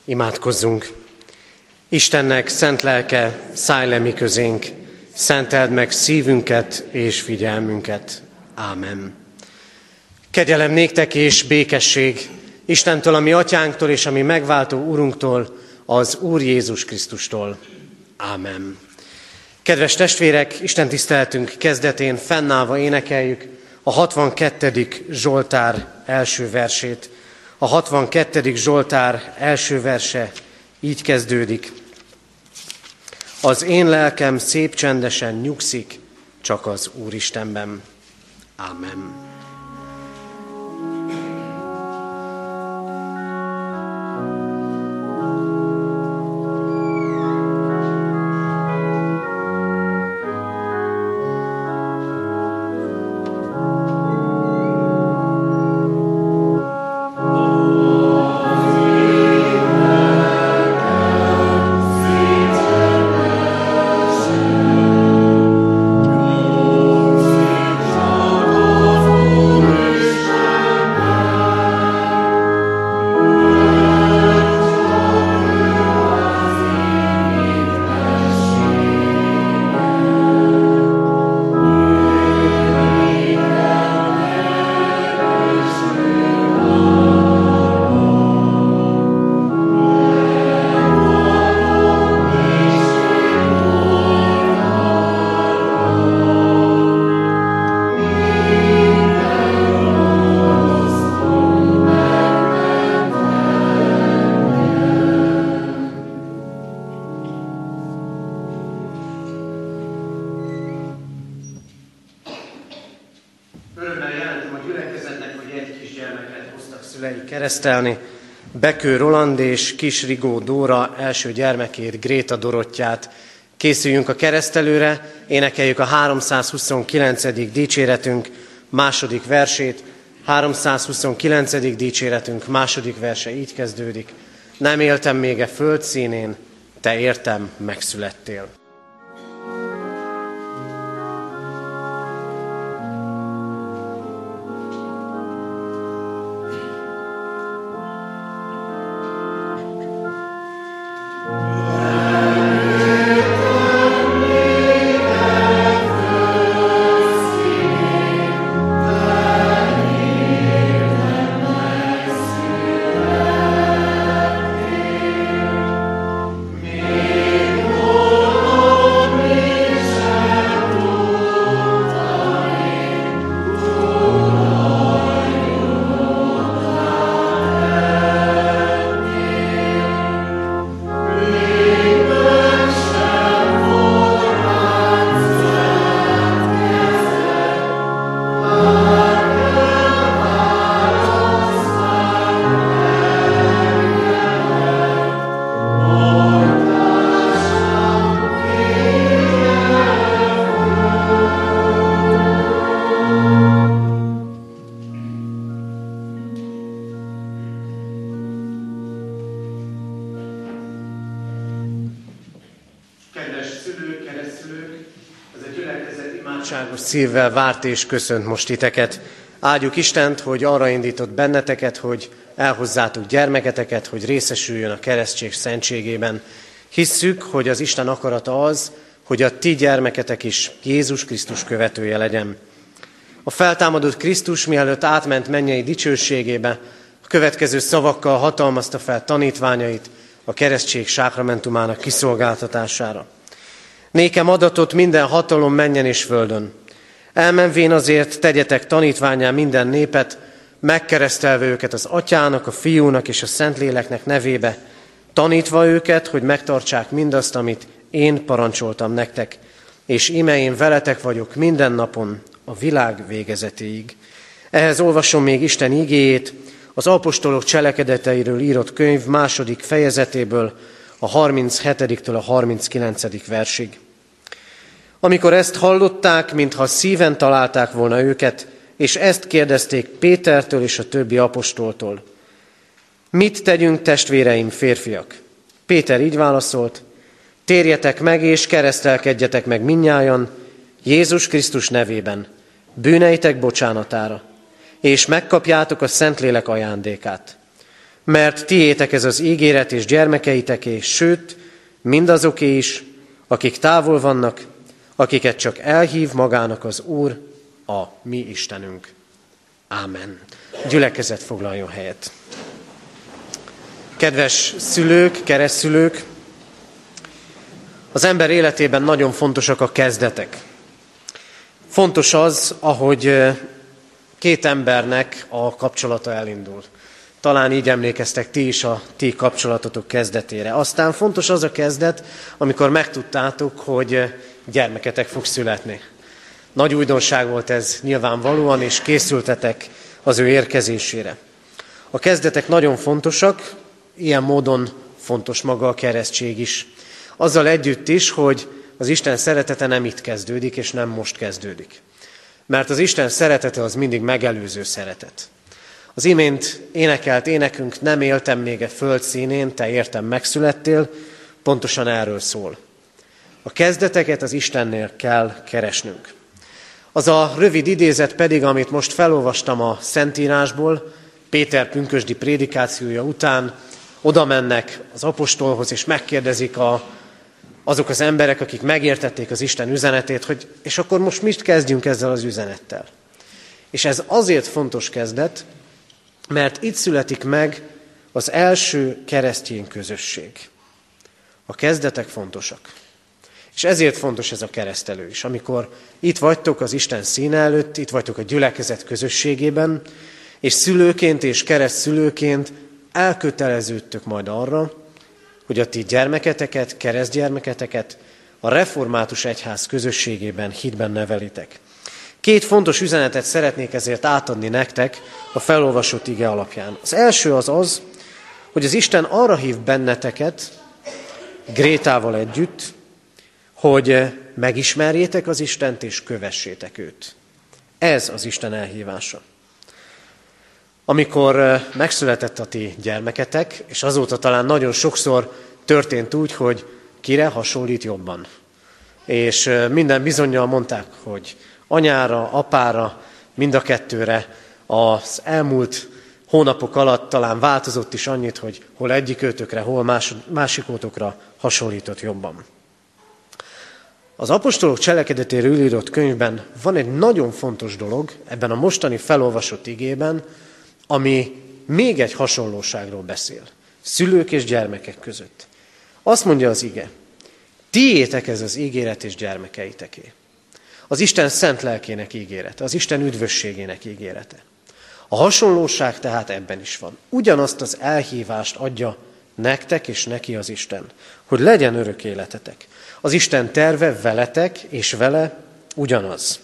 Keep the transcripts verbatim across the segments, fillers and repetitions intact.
Imádkozzunk! Istennek szent lelke, szállj le mi közénk, szenteld meg szívünket és figyelmünket. Ámen. Kegyelem néktek és békesség Istentől, a mi atyánktól és a mi megváltó Urunktól, az Úr Jézus Krisztustól. Ámen. Kedves testvérek, Isten tiszteletünk kezdetén fennállva énekeljük a hatvankettedik Zsoltár első versét. A hatvankettedik Zsoltár első verse így kezdődik. Az én lelkem szép csendesen nyugszik, csak az Úristenben. Ámen. Keresztelni Bekő Roland és Kis Rigó Dóra első gyermekét, Gréta Dorottyát. Készüljünk a keresztelőre, énekeljük a háromszázhuszonkilencedik dicséretünk második versét. háromszázhuszonkilencedik dicséretünk második verse így kezdődik. Nem éltem még e föld színén, te értem megszülettél. Szívvel várt és köszönt most titeket. Áldjuk Istent, hogy arra indított benneteket, hogy elhozzátok gyermeketeket, hogy részesüljön a keresztség szentségében. Hisszük, hogy az Isten akarata az, hogy a ti gyermeketek is Jézus Krisztus követője legyen. A feltámadott Krisztus, mielőtt átment mennyei dicsőségébe, a következő szavakkal hatalmazta fel tanítványait a keresztség sákramentumának kiszolgáltatására. Nékem adatot minden hatalom mennyen és földön. Elmenvén azért tegyetek tanítvánnyá minden népet, megkeresztelve őket az Atyának, a Fiúnak és a Szentléleknek nevébe, tanítva őket, hogy megtartsák mindazt, amit én parancsoltam nektek, és íme én veletek vagyok minden napon, a világ végezetéig. Ehhez olvasom még Isten igéjét, az apostolok cselekedeteiről írott könyv második fejezetéből, a harminchetidiktől a harminckilencedik versig. Amikor ezt hallották, mintha szíven találták volna őket, és ezt kérdezték Pétertől és a többi apostoltól. Mit tegyünk, testvéreim, férfiak? Péter így válaszolt, térjetek meg és keresztelkedjetek meg mindnyájan Jézus Krisztus nevében, bűneitek bocsánatára, és megkapjátok a Szentlélek ajándékát. mert tiétek ez az ígéret és gyermekeiteké, sőt, mindazoké is, akik távol vannak, akiket csak elhív magának az Úr, a mi Istenünk. Ámen. Gyülekezet foglaljon helyet. Kedves szülők, keresztszülők, az ember életében nagyon fontosak a kezdetek. Fontos az, ahogy két embernek a kapcsolata elindul. Talán így emlékeztek ti is a ti kapcsolatotok kezdetére. Aztán fontos az a kezdet, amikor megtudtátok, hogy gyermeketek fog születni. Nagy újdonság volt ez nyilvánvalóan, és készültetek az ő érkezésére. A kezdetek nagyon fontosak, ilyen módon fontos maga a keresztség is. Azzal együtt is, hogy az Isten szeretete nem itt kezdődik, és nem most kezdődik. Mert az Isten szeretete az mindig megelőző szeretet. Az imént énekelt énekünk, nem éltem még a föld színén, te értem megszülettél, pontosan erről szól. A kezdeteket az Istennél kell keresnünk. Az a rövid idézet pedig, amit most felolvastam a Szentírásból, Péter pünkösdi prédikációja után, oda mennek az apostolhoz, és megkérdezik a, azok az emberek, akik megértették az Isten üzenetét, hogy és akkor most mit kezdjünk ezzel az üzenettel. És ez azért fontos kezdet, mert itt születik meg az első keresztény közösség. A kezdetek fontosak. És ezért fontos ez a keresztelő is. Amikor itt vagytok az Isten színe előtt, itt vagytok a gyülekezet közösségében, és szülőként és keresztszülőként elköteleződtök majd arra, hogy a ti gyermeketeket, keresztgyermeketeket a református egyház közösségében hitben nevelitek. Két fontos üzenetet szeretnék ezért átadni nektek a felolvasott ige alapján. Az első az az, hogy az Isten arra hív benneteket, Grétával együtt, hogy megismerjétek az Istent és kövessétek őt. Ez az Isten elhívása. Amikor megszületett a ti gyermeketek, és azóta talán nagyon sokszor történt úgy, hogy kire hasonlít jobban. És minden bizonnyal mondták, hogy anyára, apára, mind a kettőre az elmúlt hónapok alatt talán változott is annyit, hogy hol egyikőtökre, hol más, másikótokra hasonlított jobban. Az apostolok cselekedetéről írott könyvben van egy nagyon fontos dolog, ebben a mostani felolvasott igében, ami még egy hasonlóságról beszél. Szülők és gyermekek között. Azt mondja az ige, tiétek ez az ígéret és gyermekeiteké. Az Isten szent lelkének ígérete, az Isten üdvösségének ígérete. A hasonlóság tehát ebben is van. Ugyanazt az elhívást adja nektek és neki az Isten, hogy legyen örök életetek. Az Isten terve veletek és vele ugyanaz.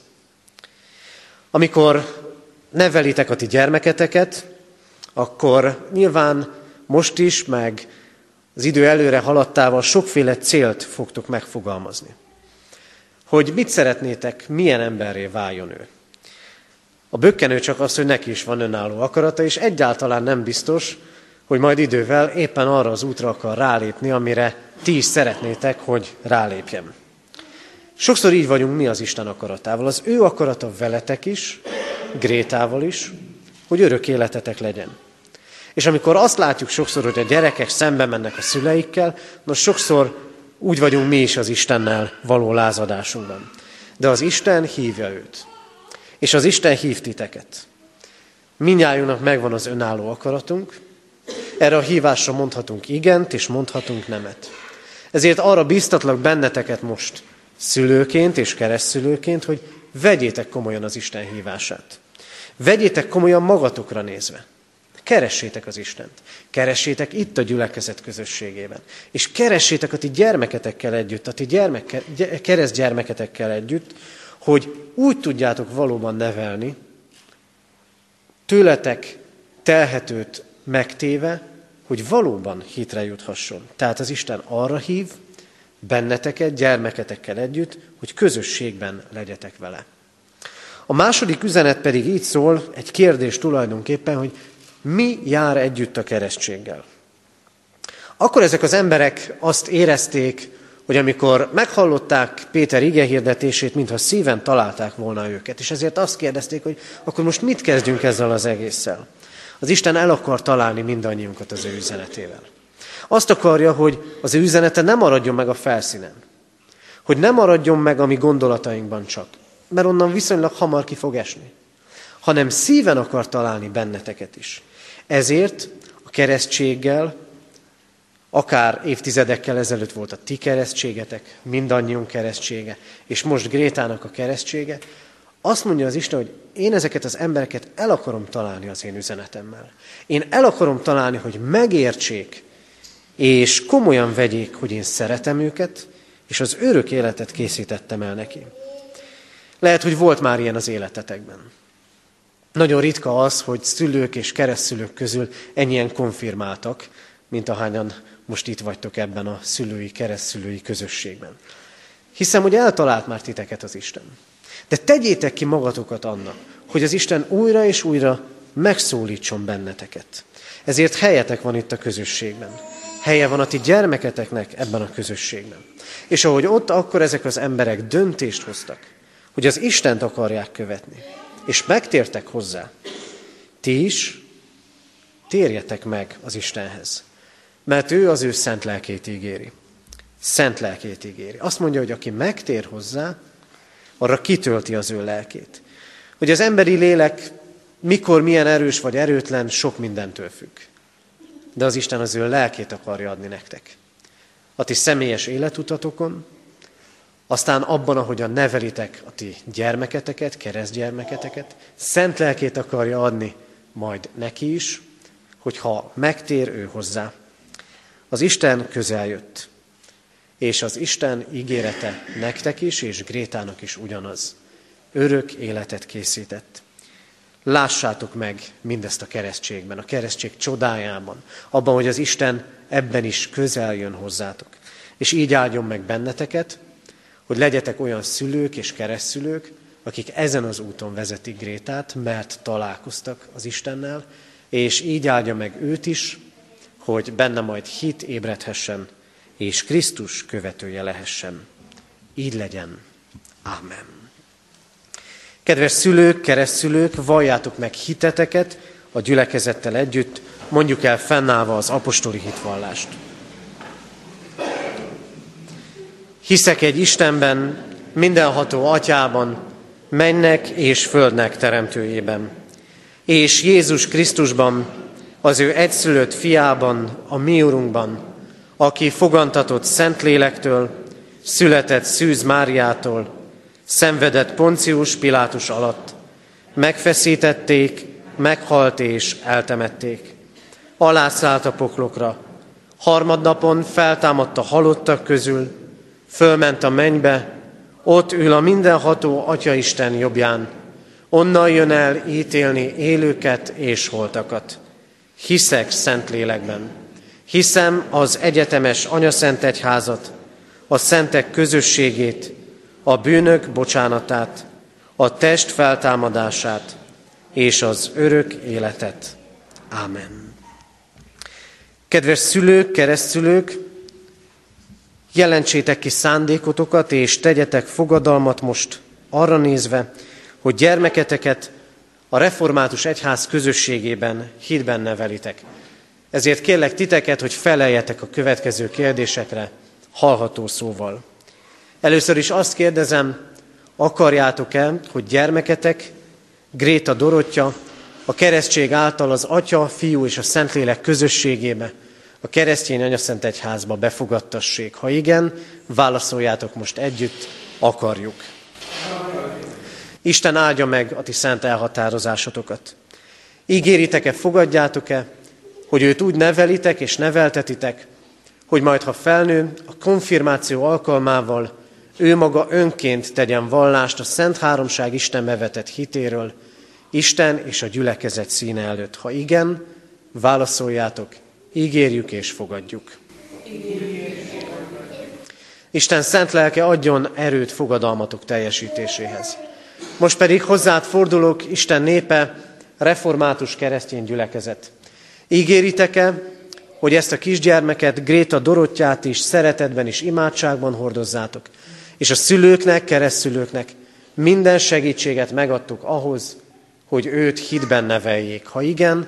Amikor nevelitek a ti gyermeketeket, akkor nyilván most is, meg az idő előre haladtával sokféle célt fogtok megfogalmazni. Hogy mit szeretnétek, milyen emberré váljon ő. A bökkenő csak az, hogy neki is van önálló akarata, és egyáltalán nem biztos, hogy majd idővel éppen arra az útra akar rálépni, amire ti is szeretnétek, hogy rálépjem. Sokszor így vagyunk mi az Isten akaratával. Az ő akarata veletek is, Grétával is, hogy örök életetek legyen. És amikor azt látjuk sokszor, hogy a gyerekek szembe mennek a szüleikkel, nos sokszor úgy vagyunk mi is az Istennel való lázadásunkban. De az Isten hívja őt. És az Isten hív titeket. Mindnyájunknak megvan az önálló akaratunk, erre a hívásra mondhatunk igent, és mondhatunk nemet. Ezért arra bíztatlak benneteket most, szülőként és keresztszülőként, hogy vegyétek komolyan az Isten hívását. Vegyétek komolyan magatokra nézve. Keressétek az Istent. Keressétek itt a gyülekezet közösségében. És keressétek a ti gyermeketekkel együtt, a ti gyermek, keresztgyermeketekkel együtt, hogy úgy tudjátok valóban nevelni, tőletek telhetőt megtéve, hogy valóban hitre juthasson. Tehát az Isten arra hív benneteket, gyermeketekkel együtt, hogy közösségben legyetek vele. A második üzenet pedig így szól, egy kérdés tulajdonképpen, hogy mi jár együtt a keresztséggel. Akkor ezek az emberek azt érezték, hogy amikor meghallották Péter igehirdetését, mintha szíven találták volna őket, és ezért azt kérdezték, hogy akkor most mit kezdjünk ezzel az egésszel. Az Isten el akar találni mindannyiunkat az ő üzenetével. Azt akarja, hogy az ő üzenete ne maradjon meg a felszínen. Hogy ne maradjon meg a mi gondolatainkban csak. Mert onnan viszonylag hamar ki fog esni. Hanem szíven akar találni benneteket is. Ezért a keresztséggel, akár évtizedekkel ezelőtt volt a ti keresztségetek, mindannyiunk keresztsége, és most Grétának a keresztsége, azt mondja az Isten, hogy én ezeket az embereket el akarom találni az én üzenetemmel. Én el akarom találni, hogy megértsék, és komolyan vegyék, hogy én szeretem őket, és az örök életet készítettem el neki. Lehet, hogy volt már ilyen az életetekben. Nagyon ritka az, hogy szülők és keresztszülők közül ennyien konfirmáltak, mint ahányan most itt vagytok ebben a szülői, keresztszülői közösségben. Hiszem, hogy eltalált már titeket az Isten. De tegyétek ki magatokat annak, hogy az Isten újra és újra megszólítson benneteket. Ezért helyetek van itt a közösségben. Helye van a ti gyermeketeknek ebben a közösségben. És ahogy ott, akkor ezek az emberek döntést hoztak, hogy az Istent akarják követni, és megtértek hozzá. Ti is térjetek meg az Istenhez, mert ő az ő szent lelkét ígéri. Szent lelkét ígéri. Azt mondja, hogy aki megtér hozzá, arra kitölti az ő lelkét. Hogy az emberi lélek mikor milyen erős vagy erőtlen, sok mindentől függ. De az Isten az ő lelkét akarja adni nektek. A ti személyes életutatokon, aztán abban, ahogyan nevelitek a ti gyermeketeket, keresztgyermeketeket, szent lelkét akarja adni majd neki is, hogyha megtér ő hozzá. Az Isten közel jött, és az Isten ígérete nektek is, és Grétának is ugyanaz. Örök életet készített. Lássátok meg mindezt a keresztségben, a keresztség csodájában, abban, hogy az Isten ebben is közel jön hozzátok. És így áldjon meg benneteket, hogy legyetek olyan szülők és keresztszülők, akik ezen az úton vezetik Grétát, mert találkoztak az Istennel, és így áldja meg őt is, hogy benne majd hit ébredhessen, és Krisztus követője lehessen. Így legyen. Ámen. Kedves szülők, keresztszülők, valljátok meg hiteteket a gyülekezettel együtt, mondjuk el fennállva az apostoli hitvallást. Hiszek egy Istenben, mindenható Atyában, mennek és földnek teremtőjében, és Jézus Krisztusban, az ő egyszülött fiában, a mi Urunkban, aki fogantatott Szentlélektől, született Szűz Máriától, szenvedett Poncius Pilátus alatt, megfeszítették, meghalt és eltemették. Alászállt a poklokra, harmadnapon feltámadt a halottak közül, fölment a mennybe, ott ül a mindenható Atyaisten jobbján, onnan jön el ítélni élőket és holtakat. Hiszek Szentlélekben, hiszem az egyetemes Anyaszent Egyházat, a szentek közösségét, a bűnök bocsánatát, a test feltámadását és az örök életet. Ámen. Kedves szülők, keresztszülők, jelentsétek ki szándékotokat, és tegyetek fogadalmat most arra nézve, hogy gyermeketeket a református egyház közösségében, hitben nevelitek. Ezért kérlek titeket, hogy feleljetek a következő kérdésekre hallható szóval. Először is azt kérdezem, akarjátok-e, hogy gyermeketek, Gréta Dorottya, a keresztség által az Atya, Fiú és a Szentlélek közösségébe, a keresztény Anyaszent Egyházba befogadtassék? Ha igen, válaszoljátok most együtt, akarjuk. Isten áldja meg a ti szent elhatározásotokat. Ígéritek-e, fogadjátok-e, hogy őt úgy nevelitek és neveltetitek, hogy majd, ha felnő, a konfirmáció alkalmával ő maga önként tegyen vallást a Szent Háromság Istenbe vetett hitéről, Isten és a gyülekezet színe előtt? Ha igen, válaszoljátok, ígérjük és fogadjuk. Isten szent lelke adjon erőt fogadalmatok teljesítéséhez. Most pedig hozzád fordulok, Isten népe, református keresztény gyülekezet. Ígéritek-e, hogy ezt a kisgyermeket, Gréta Dorottyát is szeretetben és imádságban hordozzátok, és a szülőknek, keresztszülőknek minden segítséget megadtuk ahhoz, hogy őt hitben neveljék? Ha igen,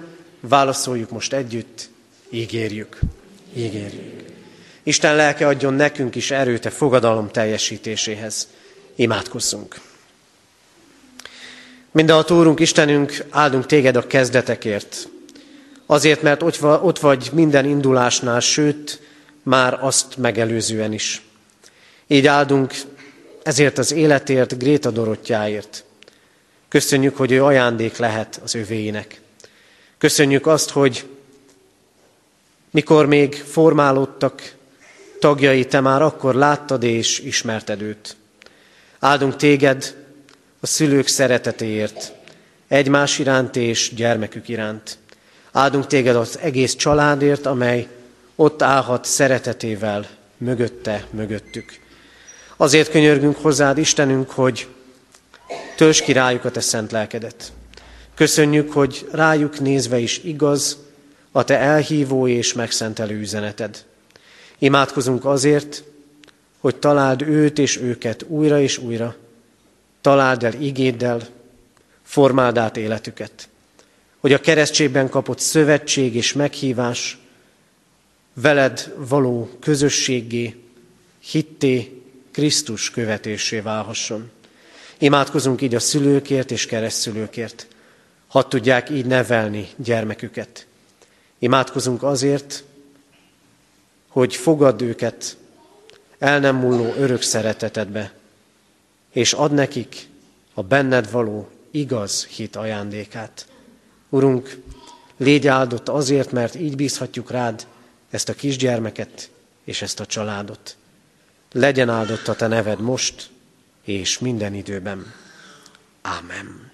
Válaszoljuk most együtt, ígérjük, ígérjük. Isten lelke adjon nekünk is erőt a fogadalom teljesítéséhez. Imádkozzunk. Mindenható Úrunk, Istenünk, áldunk téged a kezdetekért. Azért, mert ott vagy minden indulásnál, sőt, már azt megelőzően is. Így áldunk ezért az életért, Gréta Dorottyáért. Köszönjük, hogy ő ajándék lehet az övéinek. Köszönjük azt, hogy mikor még formálódtak tagjai, te már akkor láttad és ismerted őt. Áldunk téged a szülők szeretetéért, egymás iránt és gyermekük iránt. Áldunk téged az egész családért, amely ott állhat szeretetével mögötte, mögöttük. Azért könyörgünk hozzád, Istenünk, hogy töltsd ki rájuk a te szent lelkedet. Köszönjük, hogy rájuk nézve is igaz a te elhívó és megszentelő üzeneted. Imádkozunk azért, hogy találd őt és őket újra és újra, találd el igéddel, formáld át életüket, hogy a keresztségben kapott szövetség és meghívás veled való közösséggé, hitté, Krisztus követésé válhasson. Imádkozunk így a szülőkért és keresztszülőkért, hadd tudják így nevelni gyermeküket. Imádkozunk azért, hogy fogadd őket el nem múló örök szeretetedbe, és add nekik a benned való igaz hit ajándékát. Urunk, légy áldott azért, mert így bízhatjuk rád ezt a kisgyermeket és ezt a családot. Legyen áldott a te neved most és minden időben. Ámen.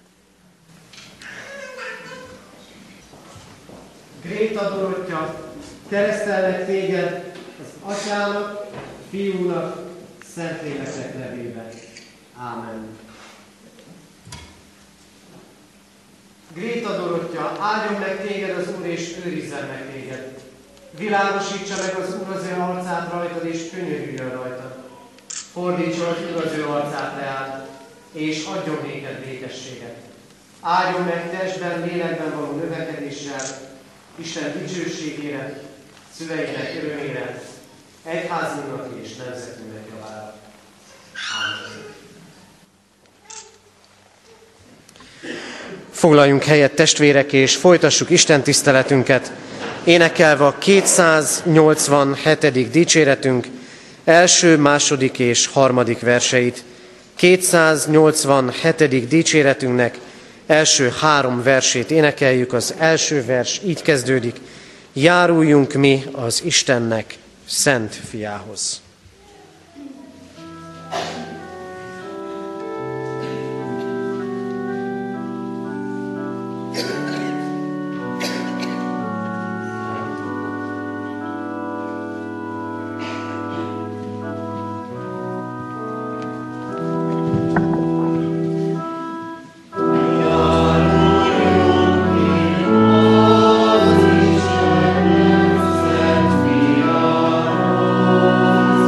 Gréta Dorottya, keresztelnek téged az Atyának, Fiúnak, Szentléleknek nevében. Ámen. Gréta Dorottya, áldjon meg téged az Úr, és őrizzen meg téged. Világosítsa meg az Úr az ő arcát rajtad, és könyörüljön rajtad. Fordítsa az Úr az ő arcát reád, és adjon néked békességet. Áldjon meg testben, lélekben való növekedéssel, Isten dicsőségére, szüleinek örömére, egyházunknak és nemzetünknek javára. Ámen. Foglaljunk helyet, testvérek, és folytassuk Isten tiszteletünket, énekelve a kétszáznyolcvanhetedik dicséretünk első, második és harmadik verseit. kétszáznyolcvanhetedik dicséretünknek első három versét énekeljük. Az első vers így kezdődik: járuljunk mi az Istennek szent fiához. Oh,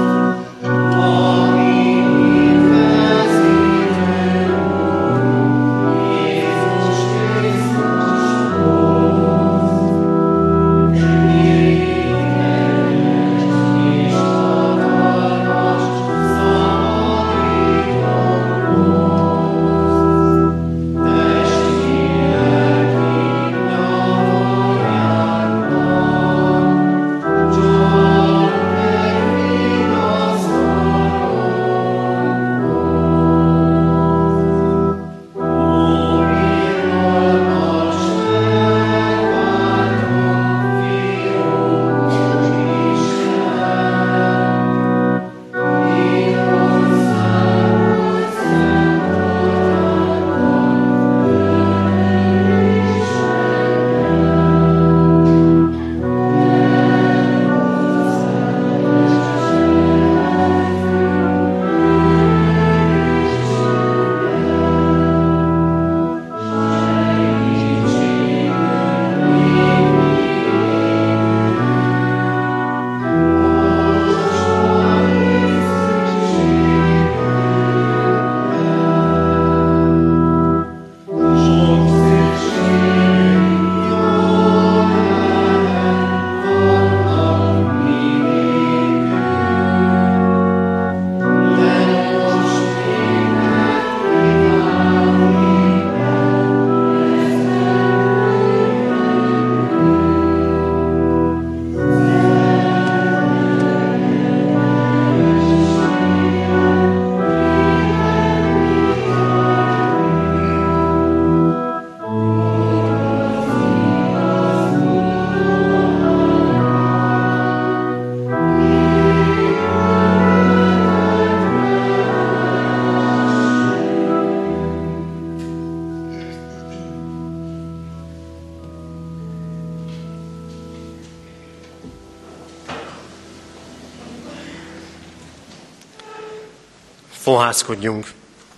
Fohászkodjunk.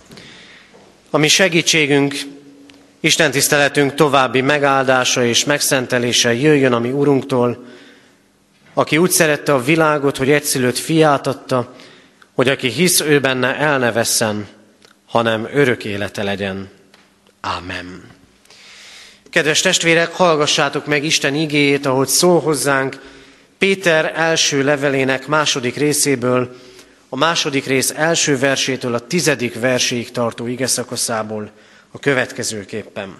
A mi segítségünk, Isten tiszteletünk további megáldása és megszentelése jöjjön a mi Urunktól, aki úgy szerette a világot, hogy egyszülött fiát adta, hogy aki hisz ő benne, el ne vesszen, hanem örök élete legyen. Ámen. Kedves testvérek, hallgassátok meg Isten igéjét, ahogy szól hozzánk Péter első levelének második részéből, a második rész első versétől a tizedik verséig tartó igeszakaszából a következőképpen.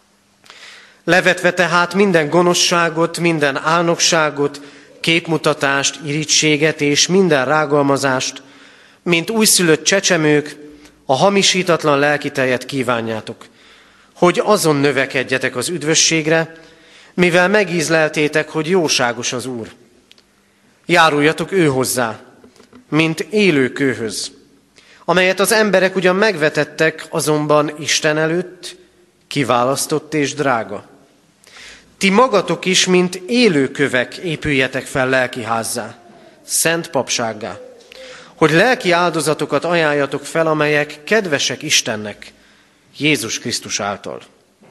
Levetve tehát minden gonoszságot, minden álnokságot, képmutatást, irítséget és minden rágalmazást, mint újszülött csecsemők, a hamisítatlan lelkitejet kívánjátok, hogy azon növekedjetek az üdvösségre, mivel megízleltétek, hogy jóságos az Úr. Járuljatok ő hozzá, mint élő kőhöz, amelyet az emberek ugyan megvetettek, azonban Isten előtt kiválasztott és drága. Ti magatok is, mint élő kövek épüljetek fel lelkiházzá, szent papsággá, hogy lelki áldozatokat ajánljatok fel, amelyek kedvesek Istennek, Jézus Krisztus által.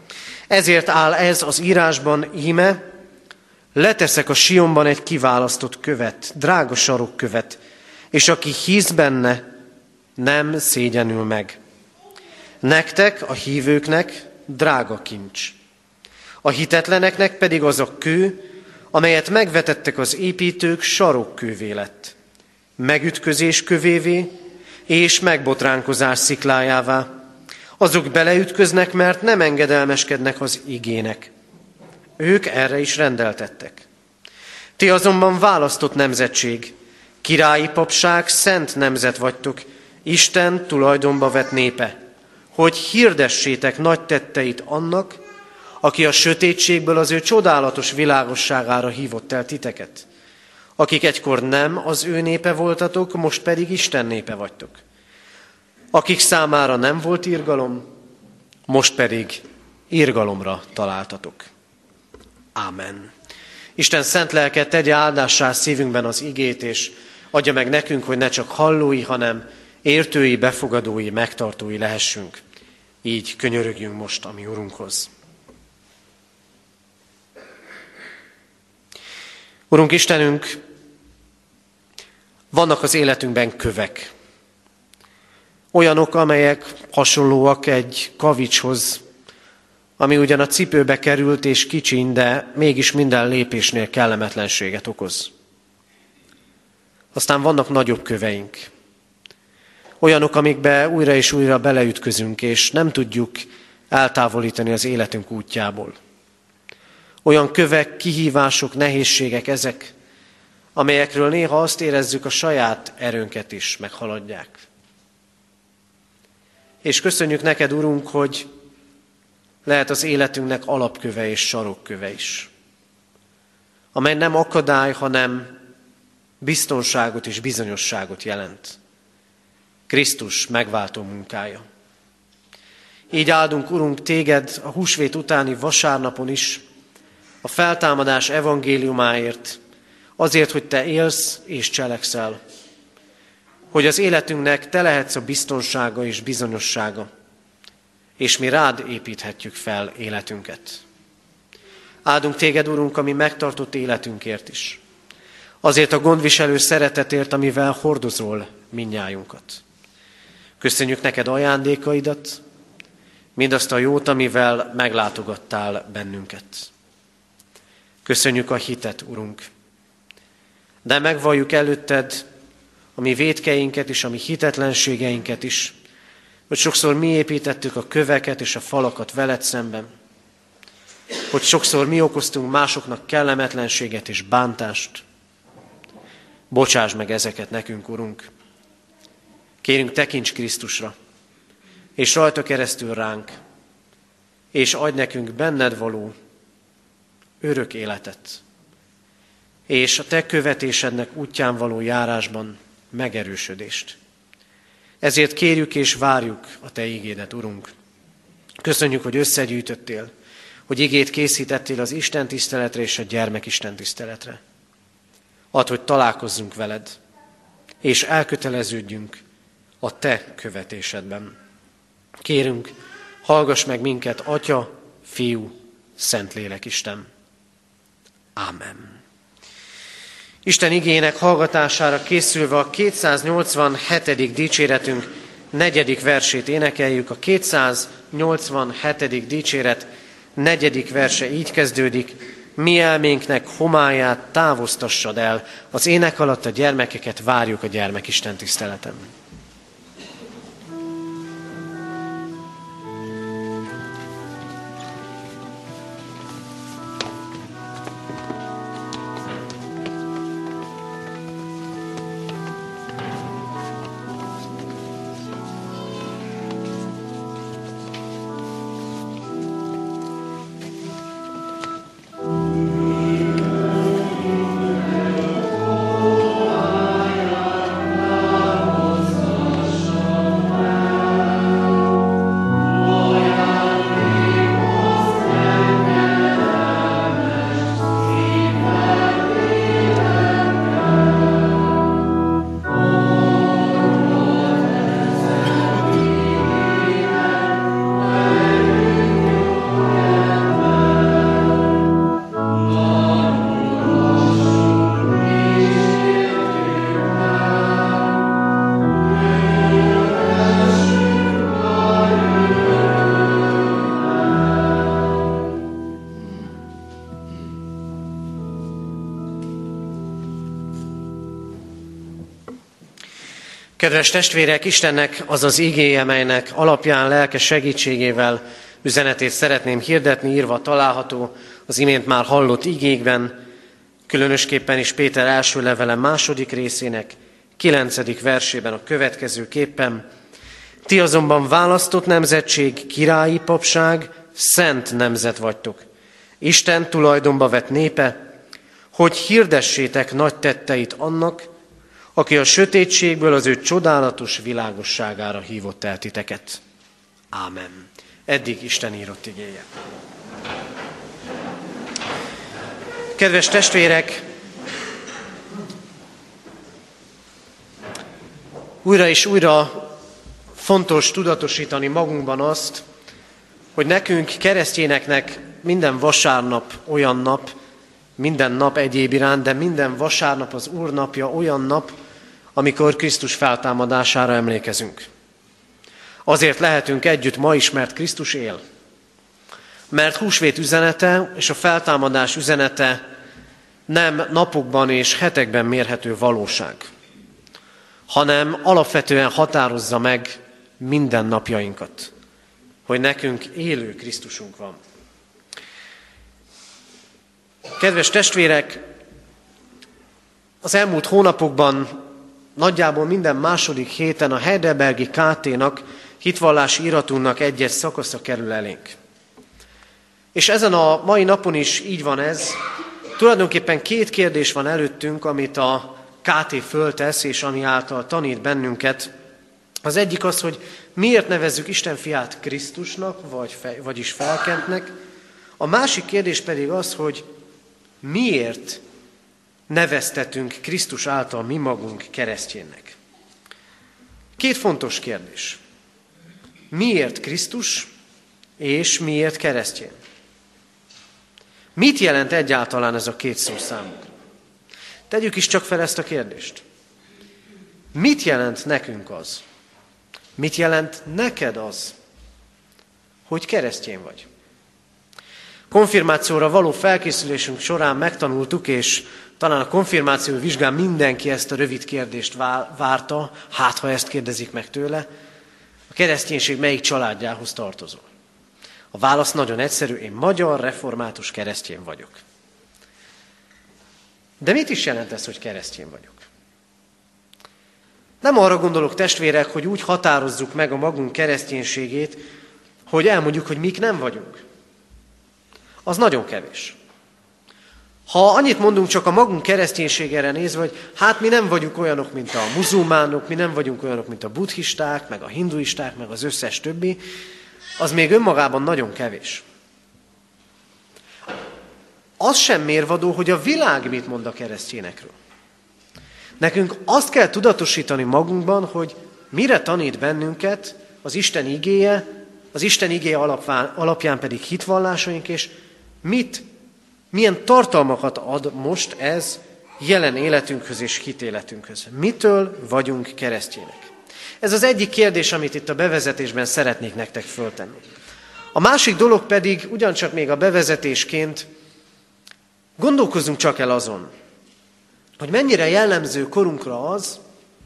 Ezért áll ez az írásban, íme, leteszek a Sionban egy kiválasztott követ, drága sarokkövet, és aki hisz benne, nem szégyenül meg. Nektek, a hívőknek drága kincs. A hitetleneknek pedig az a kő, amelyet megvetettek az építők, sarokkővé lett. Megütközés kövévé és megbotránkozás sziklájává. Azok beleütköznek, mert nem engedelmeskednek az igének. Ők erre is rendeltettek. Ti azonban választott nemzetség, királyi papság, szent nemzet vagytok, Isten tulajdonba vett népe, hogy hirdessétek nagy tetteit annak, aki a sötétségből az ő csodálatos világosságára hívott el titeket, akik egykor nem az ő népe voltatok, most pedig Isten népe vagytok, akik számára nem volt irgalom, most pedig irgalomra találtatok. Ámen. Isten szent lelke tegye áldássá szívünkben az igét, és adja meg nekünk, hogy ne csak hallói, hanem értői, befogadói, megtartói lehessünk. Így könyörögjünk most a mi Urunkhoz. Urunk Istenünk, vannak az életünkben kövek. Olyanok, amelyek hasonlóak egy kavicshoz, ami ugyan a cipőbe került és kicsiny, de mégis minden lépésnél kellemetlenséget okoz. Aztán vannak nagyobb köveink. Olyanok, amikbe újra és újra beleütközünk, és nem tudjuk eltávolítani az életünk útjából. Olyan kövek, kihívások, nehézségek ezek, amelyekről néha azt érezzük, a saját erőnket is meghaladják. És köszönjük neked, Urunk, hogy lehet az életünknek alapköve és sarokköve is, amely nem akadály, hanem biztonságot és bizonyosságot jelent. Krisztus megváltó munkája. Így áldunk, Urunk, téged a húsvét utáni vasárnapon is, a feltámadás evangéliumáért, azért, hogy te élsz és cselekszel, hogy az életünknek te lehetsz a biztonsága és bizonyossága, és mi rád építhetjük fel életünket. Áldunk téged, Urunk, a mi megtartott életünkért is, azért a gondviselő szeretetért, amivel hordozol mindnyájunkat. Köszönjük neked ajándékaidat, mindazt a jót, amivel meglátogattál bennünket. Köszönjük a hitet, Urunk, de megvalljuk előtted a mi vétkeinket és a mi hitetlenségeinket is, hogy sokszor mi építettük a köveket és a falakat veled szemben, hogy sokszor mi okoztunk másoknak kellemetlenséget és bántást. Bocsáss meg ezeket nekünk, Urunk. Kérünk, tekints Krisztusra, és rajta keresztül ránk, és adj nekünk benned való örök életet, és a te követésednek útján való járásban megerősödést. Ezért kérjük és várjuk a te igédet, Urunk. Köszönjük, hogy összegyűjtöttél, hogy igét készítettél az Isten tiszteletre és a gyermekisten tiszteletre. Add, hogy találkozzunk veled, és elköteleződjünk a te követésedben. Kérünk, hallgass meg minket, Atya, Fiú, Szentlélek Isten. Ámen. Isten igének hallgatására készülve a kétszáznyolcvanhetedik dicséretünk negyedik versét énekeljük. A kétszáznyolcvanhetedik dicséret negyedik verse így kezdődik: mi elménknek homályát távoztassad el. Az ének alatt a gyermekeket várjuk a gyermekisten tiszteleten. Kedves testvérek, Istennek az az igéje, melynek alapján lelke segítségével üzenetét szeretném hirdetni, írva található az imént már hallott igékben, különösképpen is Péter első levele második részének kilencedik versében a következőképpen: ti azonban választott nemzetség, királyi papság, szent nemzet vagytok, Isten tulajdonba vett népe, hogy hirdessétek nagy tetteit annak, aki a sötétségből az ő csodálatos világosságára hívott el titeket. Ámen. Eddig Isten írott igéje. Kedves testvérek, újra és újra fontos tudatosítani magunkban azt, hogy nekünk, keresztényeknek minden vasárnap olyan nap, minden nap egyéb iránt, de minden vasárnap az Úr napja olyan nap, amikor Krisztus feltámadására emlékezünk. Azért lehetünk együtt ma is, mert Krisztus él. Mert húsvét üzenete és a feltámadás üzenete nem napokban és hetekben mérhető valóság, hanem alapvetően határozza meg minden napjainkat, hogy nekünk élő Krisztusunk van. Kedves testvérek, az elmúlt hónapokban nagyjából minden második héten a Heidelbergi ká té-nak, hitvallási iratunknak egy-egy szakasza kerül elénk. És ezen a mai napon is így van ez. Tulajdonképpen két kérdés van előttünk, amit a ká té föltesz, és ami által tanít bennünket. Az egyik az, hogy miért nevezzük Isten fiát Krisztusnak, vagy fe, vagyis felkentnek. A másik kérdés pedig az, hogy miért neveztetünk Krisztus által mi magunk keresztjénnek. Két fontos kérdés. Miért Krisztus, és miért keresztjén? Mit jelent egyáltalán ez a két szó számunkra? Tegyük is csak fel ezt a kérdést. Mit jelent nekünk az? Mit jelent neked az, hogy keresztjén vagy? Konfirmációra való felkészülésünk során megtanultuk, és talán a konfirmáció vizsgán mindenki ezt a rövid kérdést várta, hát ha ezt kérdezik meg tőle, a kereszténység melyik családjához tartozol? A válasz nagyon egyszerű, én magyar református keresztény vagyok. De mit is jelent ez, hogy keresztény vagyok? Nem arra gondolok, testvérek, hogy úgy határozzuk meg a magunk kereszténységét, hogy elmondjuk, hogy mik nem vagyunk. Az nagyon kevés. Ha annyit mondunk csak a magunk kereszténységére nézve, hogy hát mi nem vagyunk olyanok, mint a muzulmánok, mi nem vagyunk olyanok, mint a buddhisták, meg a hinduisták, meg az összes többi, az még önmagában nagyon kevés. Az sem mérvadó, hogy a világ mit mond a keresztényekről. Nekünk azt kell tudatosítani magunkban, hogy mire tanít bennünket az Isten igéje, az Isten igéje alapján pedig hitvallásaink, és mit, milyen tartalmakat ad most ez jelen életünkhöz és hitéletünkhöz. Mitől vagyunk keresztjének? Ez az egyik kérdés, amit itt a bevezetésben szeretnék nektek föltenni. A másik dolog pedig ugyancsak még a bevezetésként gondolkozzunk csak el azon, hogy mennyire jellemző korunkra az,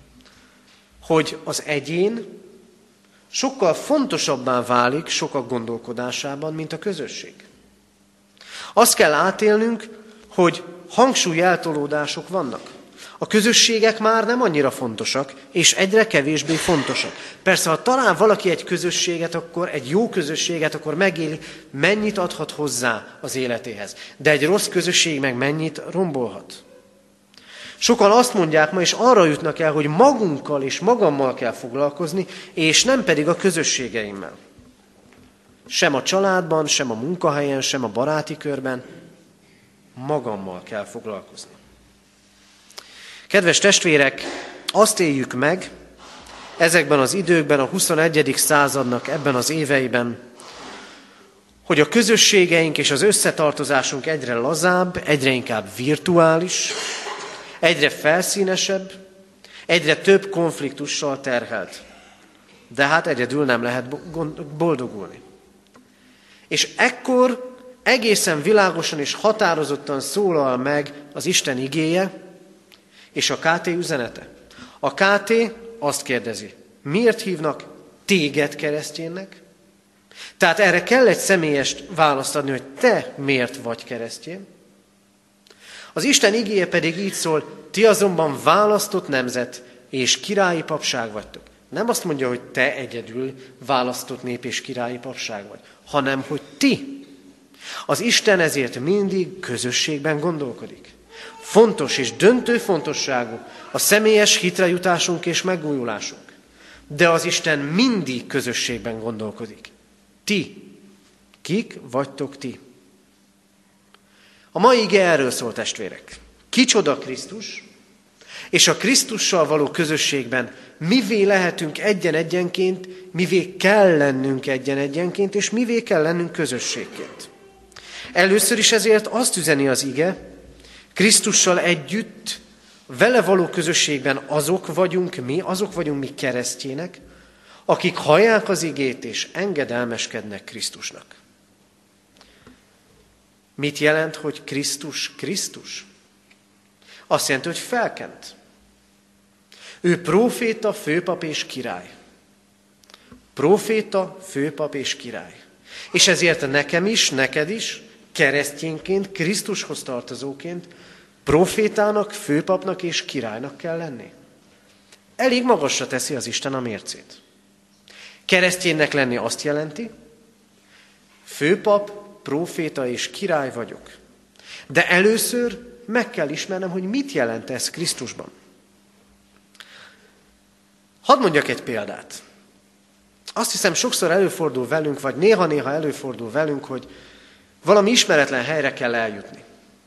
hogy az egyén sokkal fontosabbá válik sokak gondolkodásában, mint a közösség. Azt kell átélnünk, hogy hangsúlyeltolódások vannak. A közösségek már nem annyira fontosak, és egyre kevésbé fontosak. Persze, ha talán valaki egy közösséget, akkor egy jó közösséget, akkor megéli, mennyit adhat hozzá az életéhez. De egy rossz közösség meg mennyit rombolhat. Sokan azt mondják ma, és arra jutnak el, hogy magunkkal és magammal kell foglalkozni, és nem pedig a közösségeimmel. Sem a családban, sem a munkahelyen, sem a baráti körben magammal kell foglalkozni. Kedves testvérek, azt éljük meg ezekben az időkben, a huszonegyedik századnak ebben az éveiben, hogy a közösségeink és az összetartozásunk egyre lazább, egyre inkább virtuális, egyre felszínesebb, egyre több konfliktussal terhelt. De hát egyedül nem lehet boldogulni. És ekkor egészen világosan és határozottan szólal meg az Isten igéje és a ká té üzenete. A ká té azt kérdezi, miért hívnak téged keresztjénnek? Tehát erre kell egy személyes választ adni, hogy te miért vagy keresztjén? Az Isten igéje pedig így szól, ti azonban választott nemzet és királyi papság vagytok. Nem azt mondja, hogy te egyedül választott nép és királyi papság vagy, hanem, hogy ti. Az Isten ezért mindig közösségben gondolkodik. Fontos és döntő fontosságú a személyes hitrejutásunk és megújulásunk. De az Isten mindig közösségben gondolkodik. Ti. Kik vagytok ti? A mai ige erről szól, testvérek. Kicsoda Krisztus, és a Krisztussal való közösségben mivé lehetünk egyen-egyenként, mivé kell lennünk egyen-egyenként, és mivé kell lennünk közösségként. Először is ezért azt üzeni az ige, Krisztussal együtt, vele való közösségben azok vagyunk mi, azok vagyunk mi keresztjének, akik hallják az igét és engedelmeskednek Krisztusnak. Mit jelent, hogy Krisztus Krisztus? Azt jelenti, hogy felkent. Ő próféta, főpap és király. Próféta, főpap és király. És ezért nekem is, neked is, keresztényként, Krisztushoz tartozóként, prófétának, főpapnak és királynak kell lenni. Elég magasra teszi az Isten a mércét. Kereszténynek lenni azt jelenti, főpap, próféta és király vagyok. De először meg kell ismernem, hogy mit jelent ez Krisztusban. Hadd mondjak egy példát. Azt hiszem, sokszor előfordul velünk, vagy néha-néha előfordul velünk, hogy valami ismeretlen helyre kell eljutni.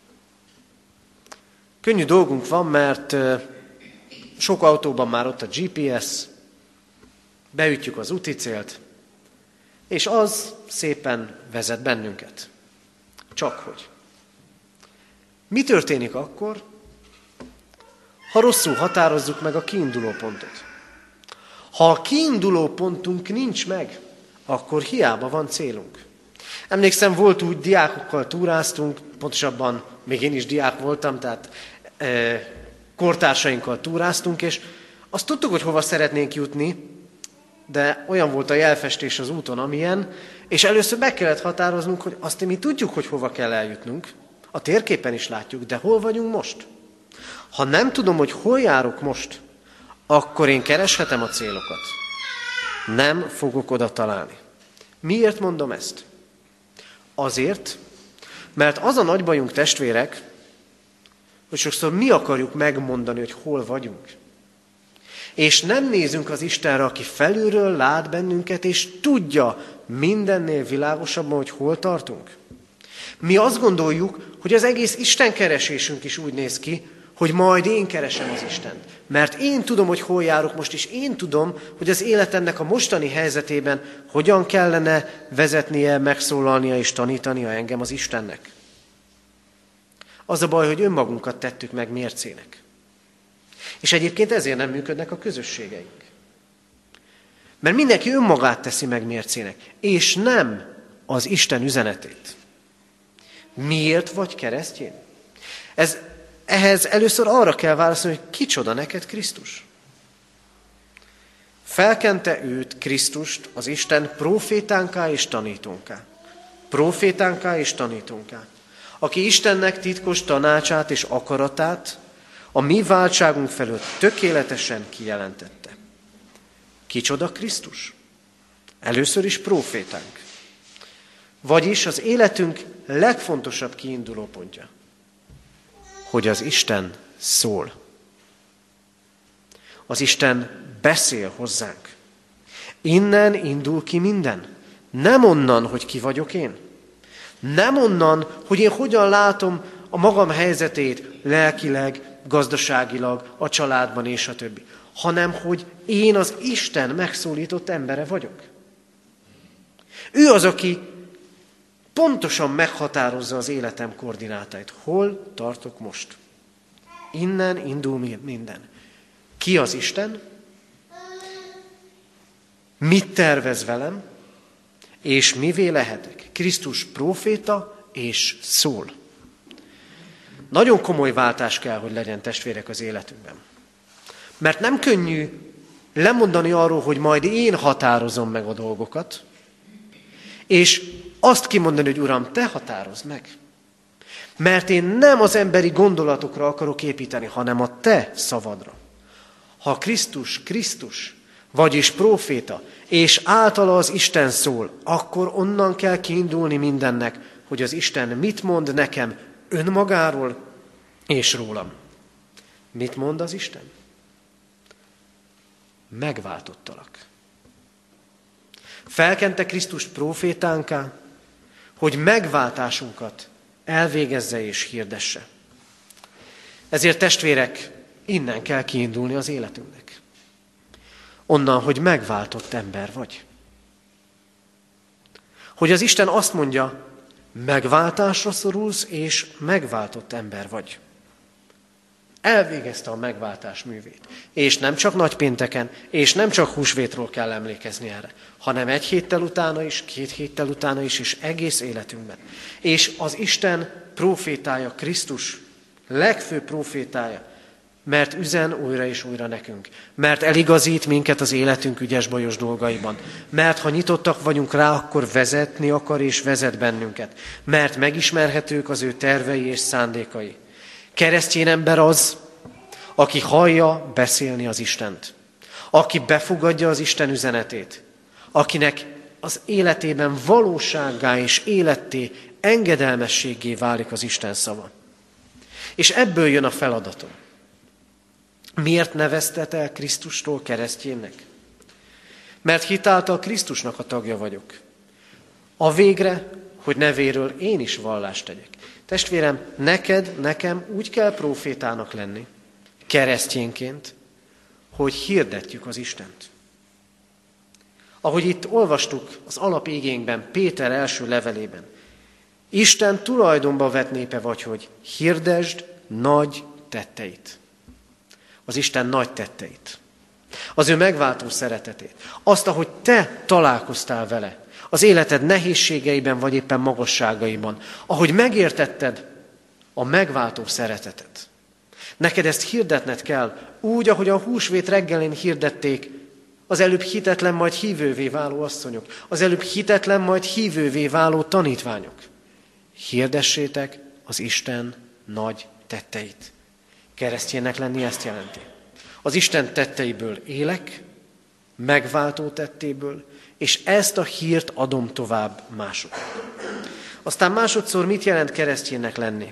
Könnyű dolgunk van, mert sok autóban már ott a gé pé es, beütjük az úti célt, és az szépen vezet bennünket. Csak hogy. Mi történik akkor, ha rosszul határozzuk meg a kiinduló pontot? Ha a kiinduló pontunk nincs meg, akkor hiába van célunk. Emlékszem, volt úgy, diákokkal túráztunk, pontosabban még én is diák voltam, tehát e, kortársainkkal túráztunk, és azt tudtuk, hogy hova szeretnénk jutni, de olyan volt a jelfestés az úton, amilyen, és először meg kellett határoznunk, hogy azt mi tudjuk, hogy hova kell eljutnunk, a térképen is látjuk, de hol vagyunk most? Ha nem tudom, hogy hol járok most, akkor én kereshetem a célokat. Nem fogok oda találni. Miért mondom ezt? Azért, mert az a nagy bajunk, testvérek, hogy sokszor mi akarjuk megmondani, hogy hol vagyunk. És nem nézünk az Istenre, aki felülről lát bennünket, és tudja mindennél világosabban, hogy hol tartunk. Mi azt gondoljuk, hogy az egész Isten keresésünk is úgy néz ki, hogy majd én keresem az Istent. Mert én tudom, hogy hol járok most, és én tudom, hogy az életemnek a mostani helyzetében hogyan kellene vezetnie, megszólalnia és tanítania engem az Istennek. Az a baj, hogy önmagunkat tettük meg mércének. És egyébként ezért nem működnek a közösségeink. Mert mindenki önmagát teszi meg mércének, és nem az Isten üzenetét. Miért vagy keresztjén? Ez, ehhez először arra kell válaszolni, hogy kicsoda neked Krisztus. Felkente őt, Krisztust, az Isten prófétánká és tanítónká. Prófétánká és tanítónká. Aki Istennek titkos tanácsát és akaratát a mi váltságunk felől tökéletesen kijelentette. Kicsoda Krisztus? Először is prófétánk. Vagyis az életünk legfontosabb kiinduló pontja, hogy az Isten szól. Az Isten beszél hozzánk. Innen indul ki minden. Nem onnan, hogy ki vagyok én. Nem onnan, hogy én hogyan látom a magam helyzetét lelkileg, gazdaságilag, a családban és a többi. Hanem, hogy én az Isten megszólított embere vagyok. Ő az, aki pontosan meghatározza az életem koordinátáit. Hol tartok most? Innen indul minden. Ki az Isten? Mit tervez velem? És mivé lehetek? Krisztus próféta és szól. Nagyon komoly váltás kell, hogy legyen, testvérek, az életünkben. Mert nem könnyű lemondani arról, hogy majd én határozom meg a dolgokat, és azt kimondani, hogy Uram, te határozd meg. Mert én nem az emberi gondolatokra akarok építeni, hanem a te szavadra. Ha Krisztus, Krisztus, vagyis próféta, és általa az Isten szól, akkor onnan kell kiindulni mindennek, hogy az Isten mit mond nekem önmagáról és rólam. Mit mond az Isten? Megváltottalak. Felkente Krisztust prófétánká, hogy megváltásunkat elvégezze és hirdesse. Ezért, testvérek, innen kell kiindulni az életünknek. Onnan, hogy megváltott ember vagy. Hogy az Isten azt mondja, megváltásra szorulsz, és megváltott ember vagy. Elvégezte a megváltás művét. És nem csak nagypénteken, és nem csak húsvétról kell emlékezni erre, hanem egy héttel utána is, két héttel utána is, és egész életünkben. És az Isten prófétája, Krisztus legfőbb prófétája, mert üzen újra és újra nekünk, mert eligazít minket az életünk ügyes-bajos dolgaiban, mert ha nyitottak vagyunk rá, akkor vezetni akar és vezet bennünket, mert megismerhetők az ő tervei és szándékai. Keresztény ember az, aki hallja beszélni az Istent, aki befogadja az Isten üzenetét, akinek az életében valósággá és életté, engedelmességgé válik az Isten szava. És ebből jön a feladatom. Miért neveztet el Krisztustól keresztjénnek? Mert hitáltal Krisztusnak a tagja vagyok. A végre, hogy nevéről én is vallást tegyek. Testvérem, neked, nekem úgy kell prófétának lenni, keresztjénként, hogy hirdetjük az Istent. Ahogy itt olvastuk az alapigénkben, Péter első levelében, Isten tulajdonba vett népe vagy, hogy hirdesd nagy tetteit. Az Isten nagy tetteit. Az ő megváltó szeretetét. Azt, ahogy te találkoztál vele, az életed nehézségeiben, vagy éppen magasságaiban, ahogy megértetted a megváltó szeretetet. Neked ezt hirdetned kell, úgy, ahogy a húsvét reggelén hirdették az előbb hitetlen, majd hívővé váló asszonyok, az előbb hitetlen, majd hívővé váló tanítványok. Hirdessétek az Isten nagy tetteit. Keresztjének lenni ezt jelenti. Az Isten tetteiből élek, megváltó tettéből, és ezt a hírt adom tovább másoknak. Aztán másodszor mit jelent keresztjének lenni?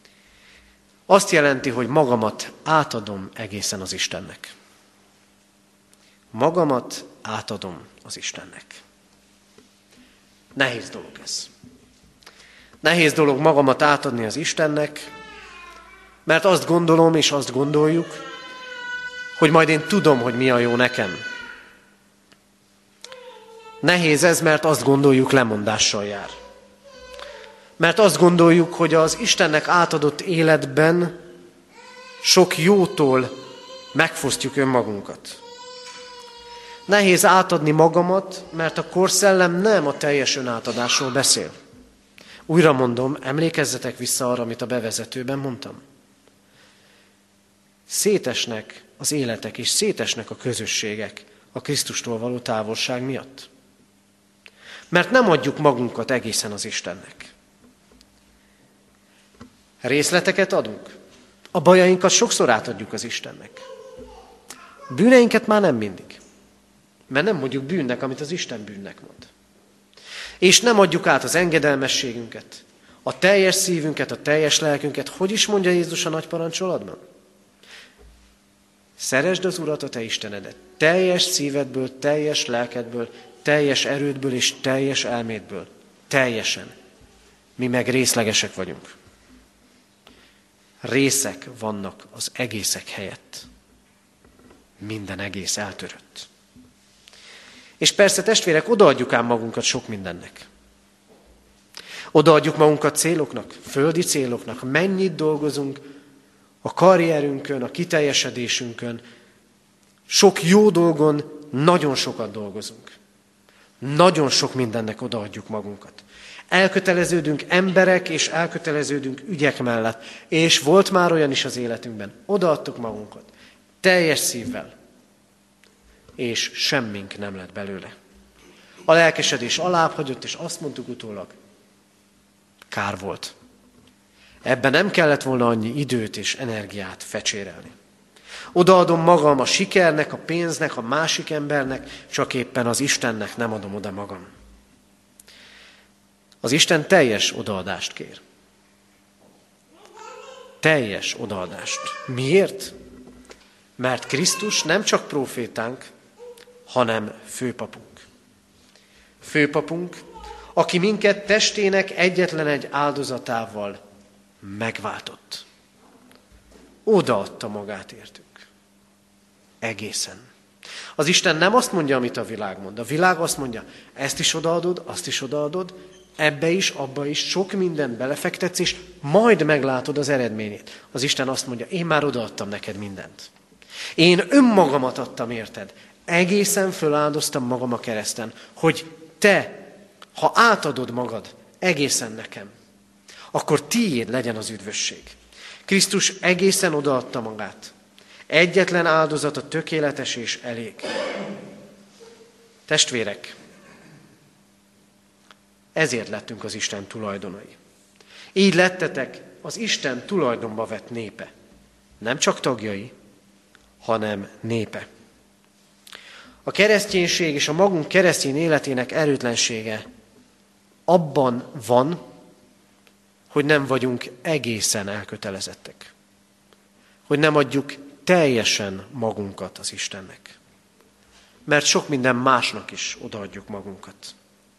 Azt jelenti, hogy magamat átadom egészen az Istennek. Magamat átadom az Istennek. Nehéz dolog ez. Nehéz dolog magamat átadni az Istennek, Mert azt gondolom és azt gondoljuk, hogy majd én tudom, hogy mi a jó nekem. Nehéz ez, mert azt gondoljuk, lemondással jár. Mert azt gondoljuk, hogy az Istennek átadott életben sok jótól megfosztjuk önmagunkat. Nehéz átadni magamat, mert a korszellem nem a teljes önátadásról beszél. Újra mondom, emlékezzetek vissza arra, amit a bevezetőben mondtam. Szétesnek az életek és szétesnek a közösségek a Krisztustól való távolság miatt. Mert nem adjuk magunkat egészen az Istennek. Részleteket adunk. A bajainkat sokszor átadjuk az Istennek. Bűneinket már nem mindig. Mert nem mondjuk bűnnek, amit az Isten bűnnek mond. És nem adjuk át az engedelmességünket, a teljes szívünket, a teljes lelkünket. Hogy is mondja Jézus a nagy parancsolatban? Szeresd az Urat, a te Istenedet, teljes szívedből, teljes lelkedből, teljes erődből és teljes elmédből. Teljesen. Mi meg részlegesek vagyunk. Részek vannak az egészek helyett. Minden egész eltörött. És persze, testvérek, odaadjuk ám magunkat sok mindennek. Odaadjuk magunkat céloknak, földi céloknak. Mennyit dolgozunk a karrierünkön, a kiteljesedésünkön. Sok jó dolgon nagyon sokat dolgozunk. Nagyon sok mindennek odaadjuk magunkat. Elköteleződünk emberek, és elköteleződünk ügyek mellett. És volt már olyan is az életünkben. Odaadtuk magunkat. Teljes szívvel. És semmink nem lett belőle. A lelkesedés alább hagyott, és azt mondtuk utólag, kár volt. Ebben nem kellett volna annyi időt és energiát fecsérelni. Odaadom magam a sikernek, a pénznek, a másik embernek, csak éppen az Istennek nem adom oda magam. Az Isten teljes odaadást kér. Teljes odaadást. Miért? Mert Krisztus nem csak prófétánk, hanem főpapunk. Főpapunk, aki minket testének egyetlen egy áldozatával megváltott. Odaadta magát értünk. Egészen. Az Isten nem azt mondja, amit a világ mond. A világ azt mondja, ezt is odaadod, azt is odaadod, ebbe is, abba is sok mindent belefektetsz, és majd meglátod az eredményét. Az Isten azt mondja, én már odaadtam neked mindent. Én önmagamat adtam érted. Egészen föláldoztam magam a kereszten, hogy te, ha átadod magad egészen nekem, akkor tiéd legyen az üdvösség. Krisztus egészen odaadta magát. Egyetlen áldozata tökéletes és elég. Testvérek, ezért lettünk az Isten tulajdonai. Így lettetek az Isten tulajdonba vett népe. Nem csak tagjai, hanem népe. A kereszténység és a magunk keresztény életének erőtlensége abban van, hogy nem vagyunk egészen elkötelezettek. Hogy nem adjuk teljesen magunkat az Istennek. Mert sok minden másnak is odaadjuk magunkat.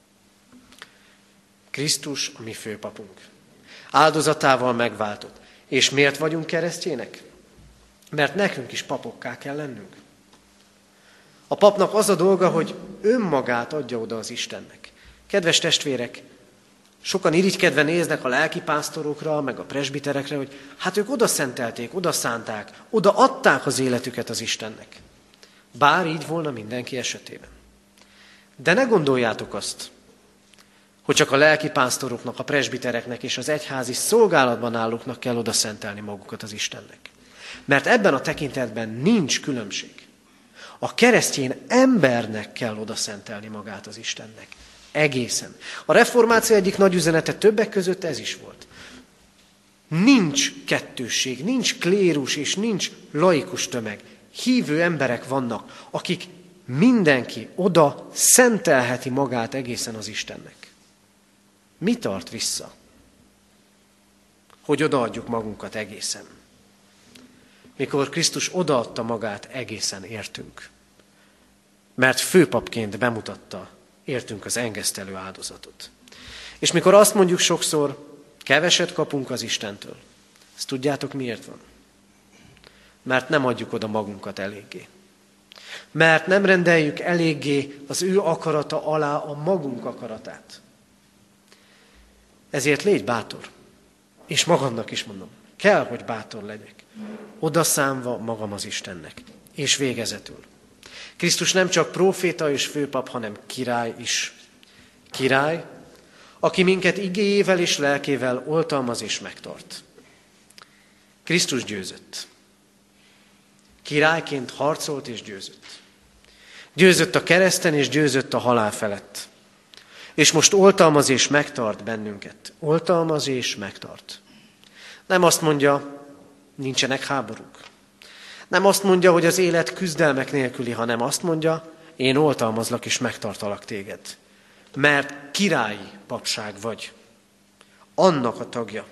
Krisztus a mi főpapunk. Áldozatával megváltott. És miért vagyunk keresztjének? Mert nekünk is papokká kell lennünk. A papnak az a dolga, hogy önmagát adja oda az Istennek. Kedves testvérek, sokan irigykedve néznek a lelkipásztorokra, meg a presbiterekre, hogy hát ők oda szentelték, oda szánták, oda adták az életüket az Istennek. Bár így volna mindenki esetében. De ne gondoljátok azt, hogy csak a lelkipásztoroknak, a presbitereknek és az egyházi szolgálatban állóknak kell oda szentelni magukat az Istennek. Mert ebben a tekintetben nincs különbség. A keresztény embernek kell oda szentelni magát az Istennek. Egészen. A reformáció egyik nagy üzenete többek között ez is volt. Nincs kettősség, nincs klérus és nincs laikus tömeg. Hívő emberek vannak, akik mindenki oda szentelheti magát egészen az Istennek. Mi tart vissza, hogy odaadjuk magunkat egészen? Mikor Krisztus odaadta magát egészen értünk. Mert főpapként bemutatta értünk az engesztelő áldozatot. És mikor azt mondjuk sokszor, keveset kapunk az Istentől, Ezt tudjátok, miért van? Mert nem adjuk oda magunkat eléggé. Mert nem rendeljük eléggé az ő akarata alá a magunk akaratát. Ezért légy bátor. És magamnak is mondom, kell, hogy bátor legyek. Odaszámva magam az Istennek. És végezetül. Krisztus nem csak próféta és főpap, hanem király is. Király, aki minket igéjével és lelkével oltalmaz és megtart. Krisztus győzött. Királyként harcolt és győzött. Győzött a kereszten és győzött a halál felett. És most oltalmaz és megtart bennünket. Oltalmaz és megtart. Nem azt mondja, nincsenek háborúk. Nem azt mondja, hogy az élet küzdelmek nélküli, hanem azt mondja, én oltalmazlak és megtartalak téged. Mert királyi papság vagy. Annak a tagja.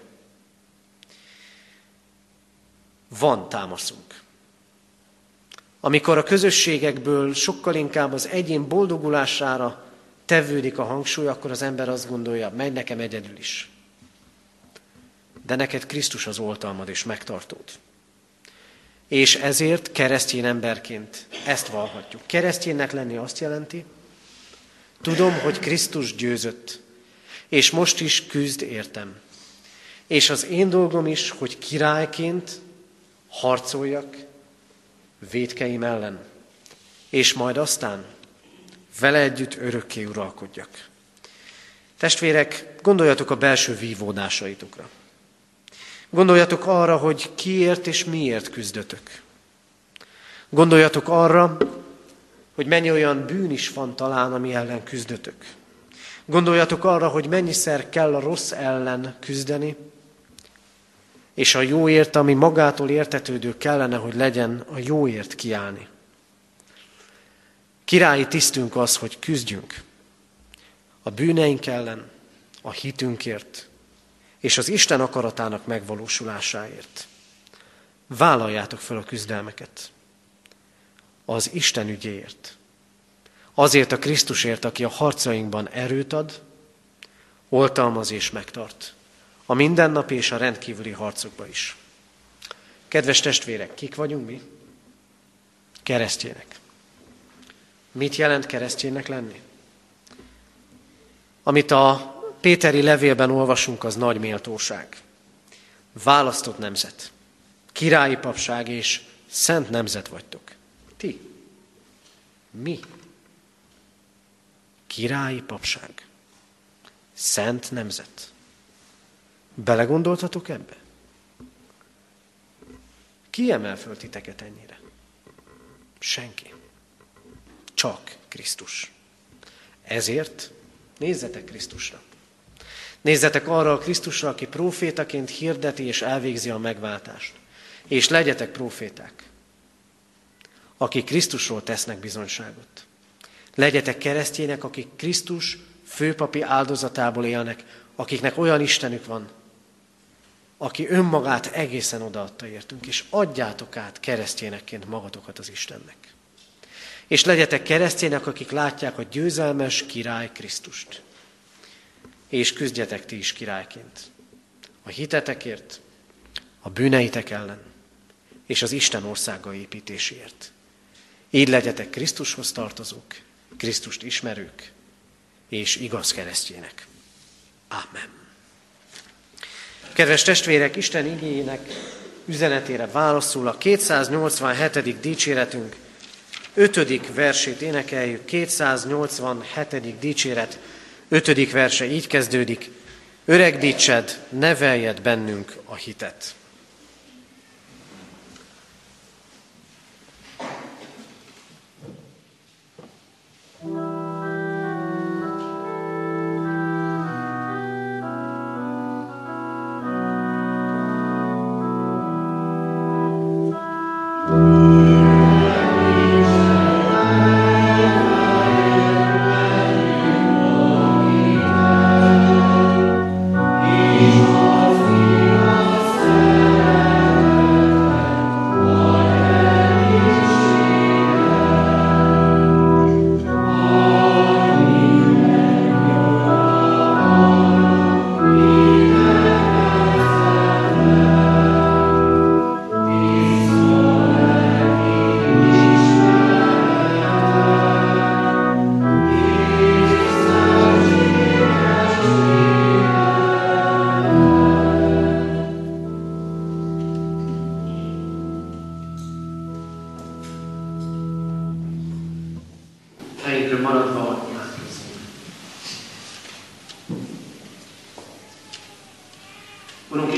Van támaszunk. Amikor a közösségekből sokkal inkább az egyén boldogulására tevődik a hangsúly, akkor az ember azt gondolja, megy nekem egyedül is. De neked Krisztus az oltalmad és megtartód. És ezért keresztény emberként ezt vallhatjuk. Kereszténynek lenni azt jelenti, tudom, hogy Krisztus győzött, és most is küzd értem. És az én dolgom is, hogy királyként harcoljak vétkeim ellen, és majd aztán vele együtt örökké uralkodjak. Testvérek, gondoljatok a belső vívódásaitokra. Gondoljatok arra, hogy kiért és miért küzdötök. Gondoljatok arra, hogy mennyi olyan bűn is van talán, ami ellen küzdötök. Gondoljatok arra, hogy mennyiszer kell a rossz ellen küzdeni, és a jóért, ami magától értetődő kellene, hogy legyen a jóért kiállni. Királyi tisztünk az, hogy küzdjünk a bűneink ellen, a hitünkért, és az Isten akaratának megvalósulásáért. Vállaljátok fel a küzdelmeket az Isten ügyéért. Azért a Krisztusért, aki a harcainkban erőt ad, oltalmaz és megtart. A mindennapi és a rendkívüli harcokba is. Kedves testvérek, kik vagyunk mi? Keresztjének. Mit jelent keresztjének lenni? Amit a péteri levélben olvasunk, az nagy méltóság. Választott nemzet, királyi papság és szent nemzet vagytok. Ti. Mi? Királyi papság. Szent nemzet. Belegondoltatok ebbe? Ki emel föl titeket ennyire? Senki. Csak Krisztus. Ezért nézzetek Krisztusra. Nézzetek arra a Krisztusra, aki prófétaként hirdeti és elvégzi a megváltást. És legyetek próféták, akik Krisztusról tesznek bizonyságot. Legyetek keresztjének, akik Krisztus főpapi áldozatából élnek, akiknek olyan Istenük van, aki önmagát egészen odaadta értünk, és adjátok át keresztjénekként magatokat az Istennek. És legyetek keresztjének, akik látják a győzelmes király Krisztust. És küzdjetek ti is királyként. A hitetekért, a bűneitek ellen, és az Isten országa építéséért. Így legyetek Krisztushoz tartozók, Krisztust ismerők, és igaz keresztjének. Ámen. Kedves testvérek, Isten igéjének üzenetére válaszul a kétszáznyolcvanhetedik dicséretünk ötödik versét énekeljük. kétszáznyolcvanhetedik dicséret ötödik verse így kezdődik. Öregdítsed, neveljed bennünk a hitet. Amen.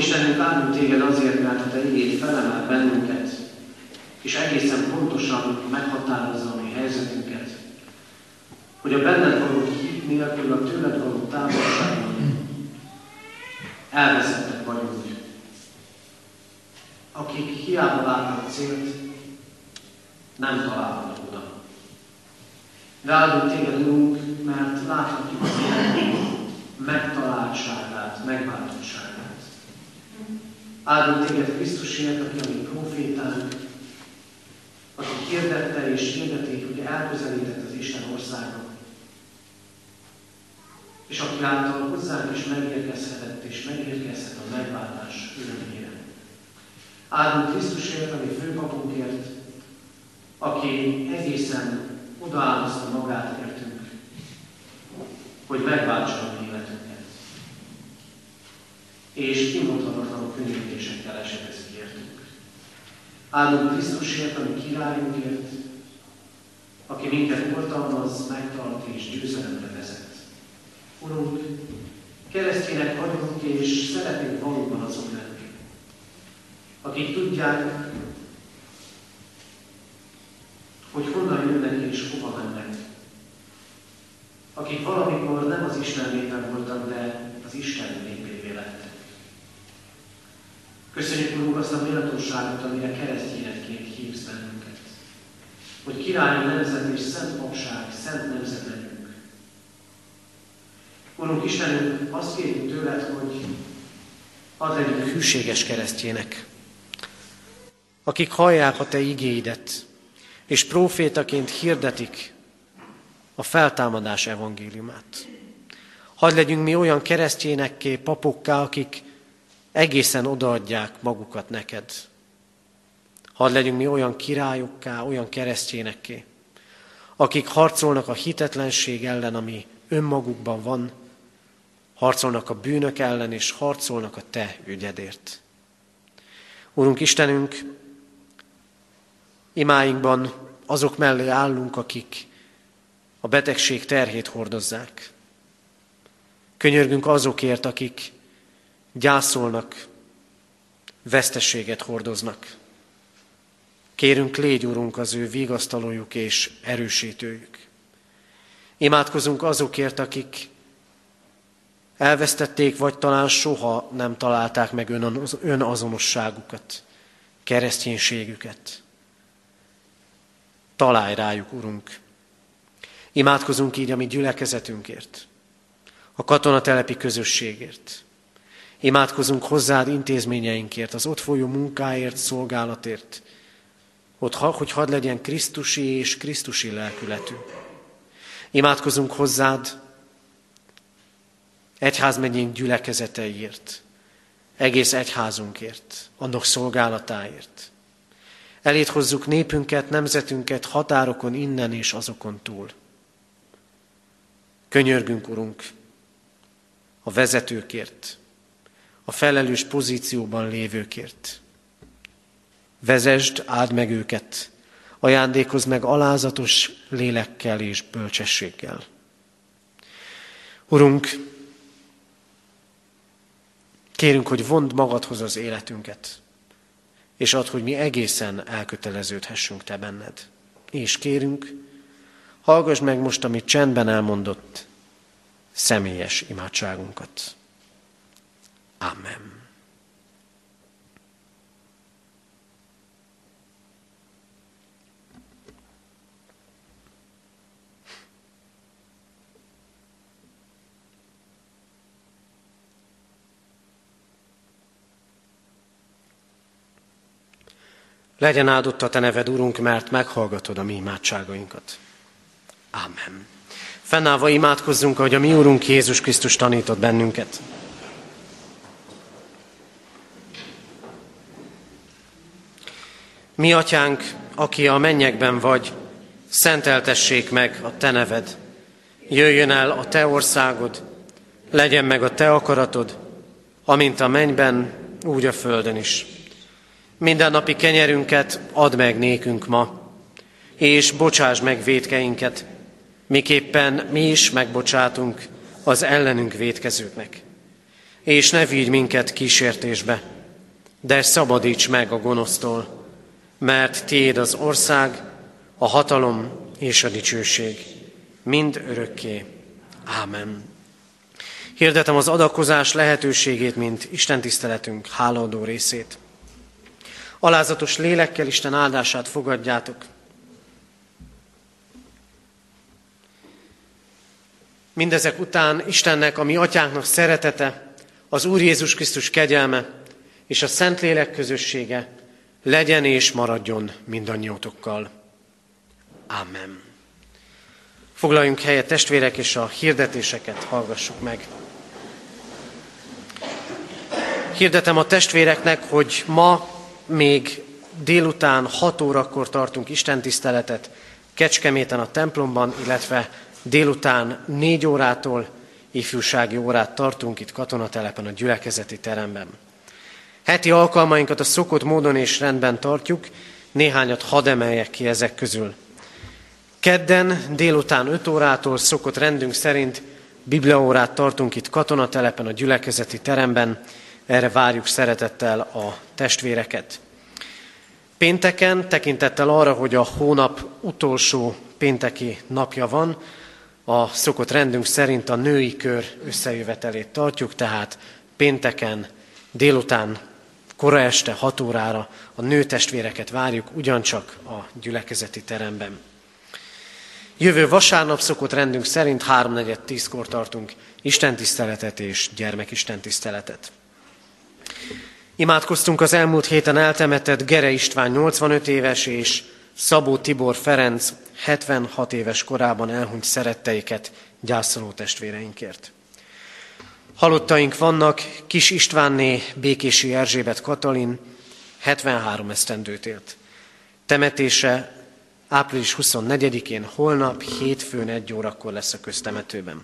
Istenünk, áldunk téged azért, mert a te igéd felemel bennünket, és egészen pontosan meghatározza a mi helyzetünket, hogy a benned való hit nélkül, a tőled való távolságban elvezettek vagyunk, akik hiába látnak célt, nem találnak oda. De áldunk téged, Urunk, mert láthatjuk az életünk megtaláltságát, megváltottságát. Áldunk téged Krisztusért, aki a mi profétánk, aki hirdette és hirdeti, hogy elközelített az Isten országa, és aki által hozzánk is megérkezhetett és megérkezhet a megváltás örömére. Áldunk Krisztusért, ami főpapunkért, aki egészen odaáldozta magát értünk, hogy megváltsa a mi életünket. És kimondhatatlan könnyítésekkel esetezik értünk. Áldunk Krisztusért, ami királyunkért, aki minket oltalmaz, megtart és győzelemre vezet. Urunk, keresztjének vagyunk, és szeretnénk valóban azok lenni, akik tudják, hogy honnan jönnek és hova mennek. Akik valamikor nem az Isten népben voltak, de az Isten népévé lettek. Köszönjük, Urunk, azt a méltóságot, amire keresztényekként hívsz bennünket. Hogy királyi nemzet és szent papság, szent nemzet legyünk. Urunk Istenünk, azt kérjük tőled, hogy hadd legyünk hűséges keresztjének, akik hallják a te igéidet, és prófétaként hirdetik a feltámadás evangéliumát. Hadd legyünk mi olyan keresztjénekké, papokká, akik egészen odaadják magukat neked. Hadd legyünk mi olyan királyokká, olyan keresztjénekké, akik harcolnak a hitetlenség ellen, ami önmagukban van, harcolnak a bűnök ellen, és harcolnak a te ügyedért. Urunk Istenünk, imáinkban azok mellé állunk, akik a betegség terhét hordozzák. Könyörgünk azokért, akik gyászolnak, veszteséget hordoznak. Kérünk, légy, Urunk, az ő vigasztalójuk és erősítőjük. Imádkozunk azokért, akik elvesztették, vagy talán soha nem találták meg önazonosságukat, kereszténységüket. Találj rájuk, Urunk. Imádkozunk így a mi gyülekezetünkért, a katonatelepi közösségért. Imádkozunk hozzád intézményeinkért, az ott folyó munkáért, szolgálatért, hogy hadd legyen krisztusi és krisztusi lelkületű. Imádkozunk hozzád egyházmegyénk gyülekezeteiért, egész egyházunkért, annak szolgálatáért. Eléd hozzuk népünket, nemzetünket határokon innen és azokon túl. Könyörgünk, Urunk, a vezetőkért, a felelős pozícióban lévőkért. Vezesd, áld meg őket, ajándékozd meg alázatos lélekkel és bölcsességgel. Urunk, kérünk, hogy vondd magadhoz az életünket, és add, hogy mi egészen elköteleződhessünk te benned. És kérünk, hallgass meg most, amit csendben elmondott, személyes imádságunkat. Amen. Legyen áldott a te neved, Urunk, mert meghallgatod a mi imádságainkat. Amen. Fennállva imádkozzunk, ahogy a mi Urunk Jézus Krisztus tanított bennünket. Mi atyánk, aki a mennyekben vagy, szenteltessék meg a te neved. Jöjjön el a te országod, legyen meg a te akaratod, amint a mennyben, úgy a földön is. Mindennapi kenyerünket add meg nékünk ma, és bocsáss meg vétkeinket, miképpen mi is megbocsátunk az ellenünk vétkezőknek. és ne vigy minket kísértésbe, de szabadíts meg a gonosztól, mert tiéd az ország, a hatalom és a dicsőség, mind örökké. Ámen. Hirdetem az adakozás lehetőségét, mint istentiszteletünk hálaadó részét. Alázatos lélekkel Isten áldását fogadjátok. Mindezek után Istennek, a mi atyánknak szeretete, az Úr Jézus Krisztus kegyelme és a Szentlélek közössége legyen és maradjon mindannyiótokkal. Ámen. Foglaljunk helyet, testvérek, és a hirdetéseket hallgassuk meg. Hirdetem a testvéreknek, hogy ma még délután hat órakor tartunk istentiszteletet Kecskeméten a templomban, illetve délután négy órától ifjúsági órát tartunk itt Katonatelepen a gyülekezeti teremben. Heti alkalmainkat a szokott módon és rendben tartjuk, néhányat hadd emeljek ki ezek közül. Kedden délután öt órától szokott rendünk szerint bibliaórát tartunk itt Katonatelepen a gyülekezeti teremben, erre várjuk szeretettel a testvéreket. Pénteken, tekintettel arra, hogy a hónap utolsó pénteki napja van, a szokott rendünk szerint a női kör összejövetelét tartjuk, tehát pénteken délután kora este hat órára a nőtestvéreket várjuk ugyancsak a gyülekezeti teremben. Jövő vasárnap szokott rendünk szerint háromnegyed tízkor tartunk istentiszteletet és gyermekistentiszteletet. Imádkoztunk az elmúlt héten eltemetett Gere István nyolcvanöt éves és Szabó Tibor Ferenc hetvenhat éves korában elhunyt szeretteiket gyászoló testvéreinkért. Halottaink vannak: Kis Istvánné Békési Erzsébet Katalin hetvenhárom esztendőt élt. Temetése április huszonnegyedikén holnap hétfőn egy órakor lesz a köztemetőben.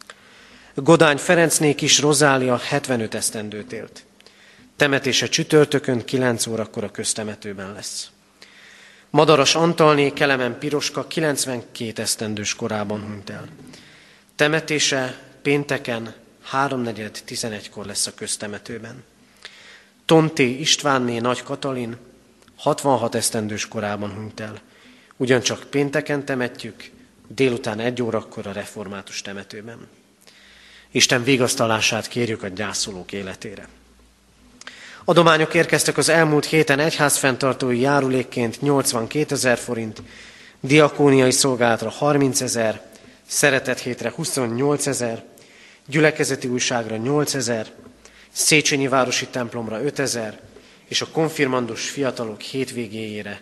Godány Ferencné Kis Rozália hetvenöt esztendőt élt. Temetése csütörtökön kilenc órakor a köztemetőben lesz. Madaras Antalné Kelemen Piroska kilencvenkét esztendős korában hunyt el. Temetése pénteken háromnegyed tizenegykor lesz a köztemetőben. Tonté Istvánné Nagy Katalin hatvanhat esztendős korában hunyt el. Ugyancsak pénteken temetjük, délután egy órakor a református temetőben. Isten vigasztalását kérjük a gyászolók életére. Adományok érkeztek az elmúlt héten egyházfenntartói járulékként nyolcvankétezer forint, diakóniai szolgálatra harmincezer, szeretett hétre huszonnyolcezer, gyülekezeti újságra nyolcezer, Széchenyi városi templomra ötezer, és a konfirmandus fiatalok hétvégéjére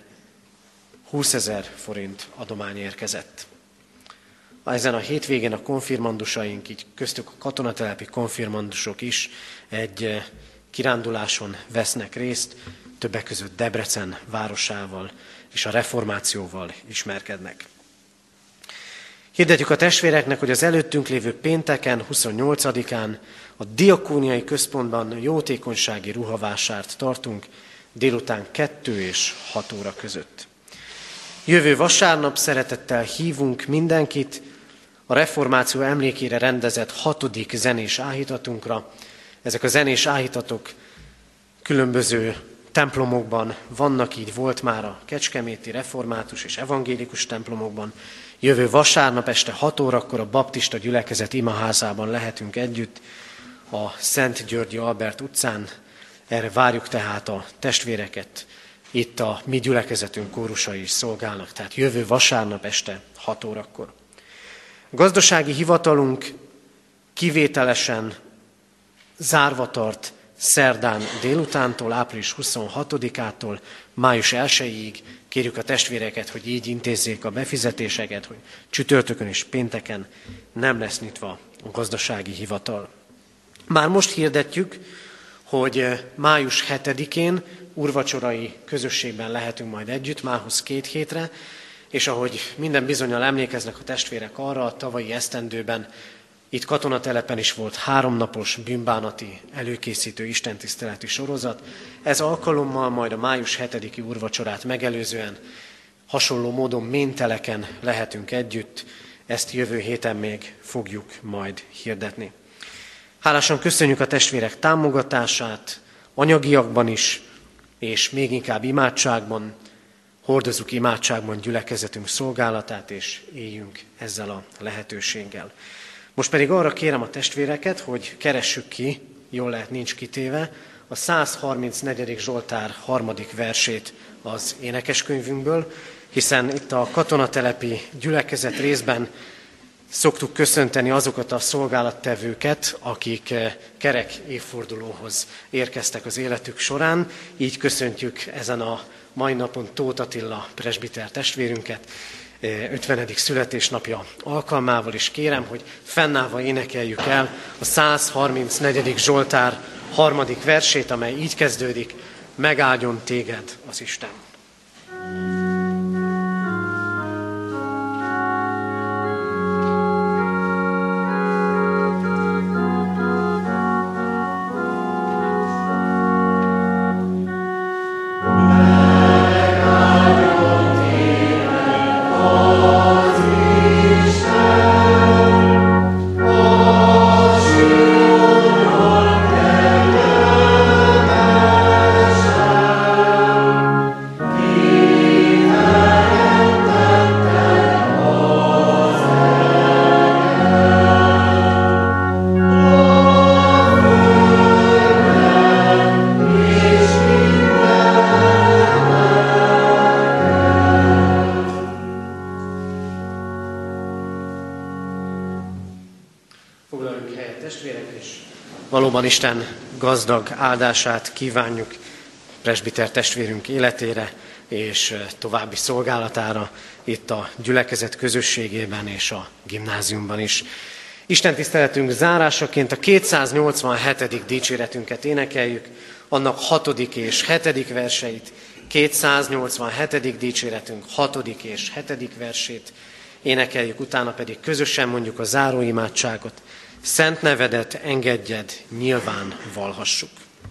húszezer forint adomány érkezett. Ezen a hétvégén a konfirmandusaink, így köztük a katonatelepi konfirmandusok is egy kiránduláson vesznek részt, többek között Debrecen városával és a reformációval ismerkednek. Hirdetjük a testvéreknek, hogy az előttünk lévő pénteken, huszonnyolcadikán a diakóniai központban jótékonysági ruhavásárt tartunk délután kettő és hat óra között. Jövő vasárnap szeretettel hívunk mindenkit a reformáció emlékére rendezett hatodik zenés áhítatunkra. Ezek a zenés áhítatok különböző templomokban vannak, így volt már a kecskeméti református és evangélikus templomokban. Jövő vasárnap este hat órakor a baptista gyülekezet imaházában lehetünk együtt a Szent Györgyi Albert utcán. Erre várjuk tehát a testvéreket. Itt a mi gyülekezetünk kórusai is szolgálnak, tehát jövő vasárnap este hat órakor. Gazdasági hivatalunk kivételesen zárva tart szerdán délutántól, április huszonhatodikától május elsejéig. Kérjük a testvéreket, hogy így intézzék a befizetéseket, hogy csütörtökön és pénteken nem lesz nyitva a gazdasági hivatal. Már most hirdetjük, hogy május hetedikén úrvacsorai közösségben lehetünk majd együtt, mához két hétre, és ahogy minden bizonnyal emlékeznek a testvérek arra, a tavalyi esztendőben itt Katonatelepen is volt háromnapos bűnbánati előkészítő istentiszteleti sorozat. Ez alkalommal majd a május hetediki úrvacsorát megelőzően hasonló módon ménteleken lehetünk együtt, ezt jövő héten még fogjuk majd hirdetni. Hálásan köszönjük a testvérek támogatását, anyagiakban is, és még inkább imádságban. Hordozzuk imádságban gyülekezetünk szolgálatát, és éljünk ezzel a lehetőséggel. Most pedig arra kérem a testvéreket, hogy keressük ki, jól lehet nincs kitéve, a száz harmincnegyedik Zsoltár harmadik versét az énekeskönyvünkből, hiszen itt a katonatelepi gyülekezet részben szoktuk köszönteni azokat a szolgálattevőket, akik kerek évfordulóhoz érkeztek az életük során. Így köszöntjük ezen a mai napon Tóth Attila presbiter testvérünket, ötvenedik születésnapja alkalmával, is kérem, hogy fennállva énekeljük el a száz harmincnegyedik Zsoltár harmadik versét, amely így kezdődik: megáldjon téged az Isten. Valóban Isten gazdag áldását kívánjuk presbiter testvérünk életére és további szolgálatára itt a gyülekezet közösségében és a gimnáziumban is. Isten tiszteletünk zárásaként a kétszáznyolcvanhetedik dicséretünket énekeljük, annak hatodik és hetedik verseit, kétszáznyolcvanhetedik dicséretünk hatodik és hetedik versét énekeljük, utána pedig közösen mondjuk a záróimádságot. Szent nevedet engedjed, nyilván valhassuk.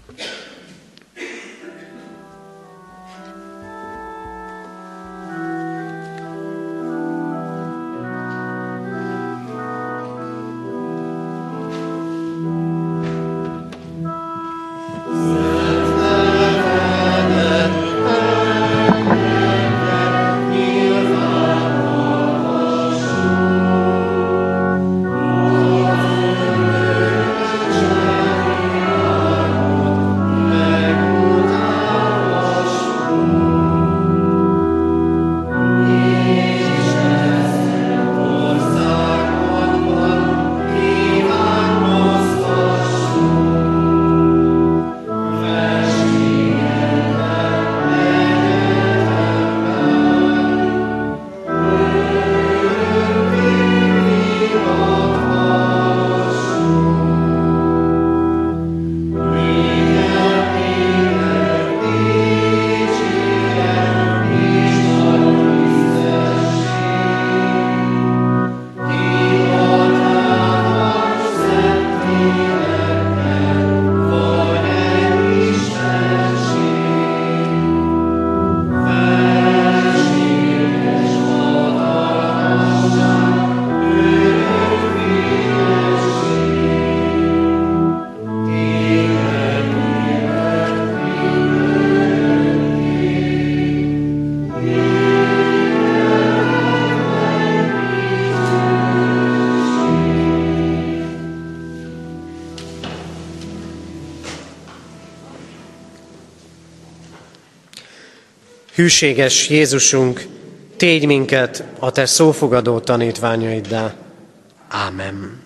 Hűséges Jézusunk, tégy minket a te szófogadó tanítványaiddá. Ámen.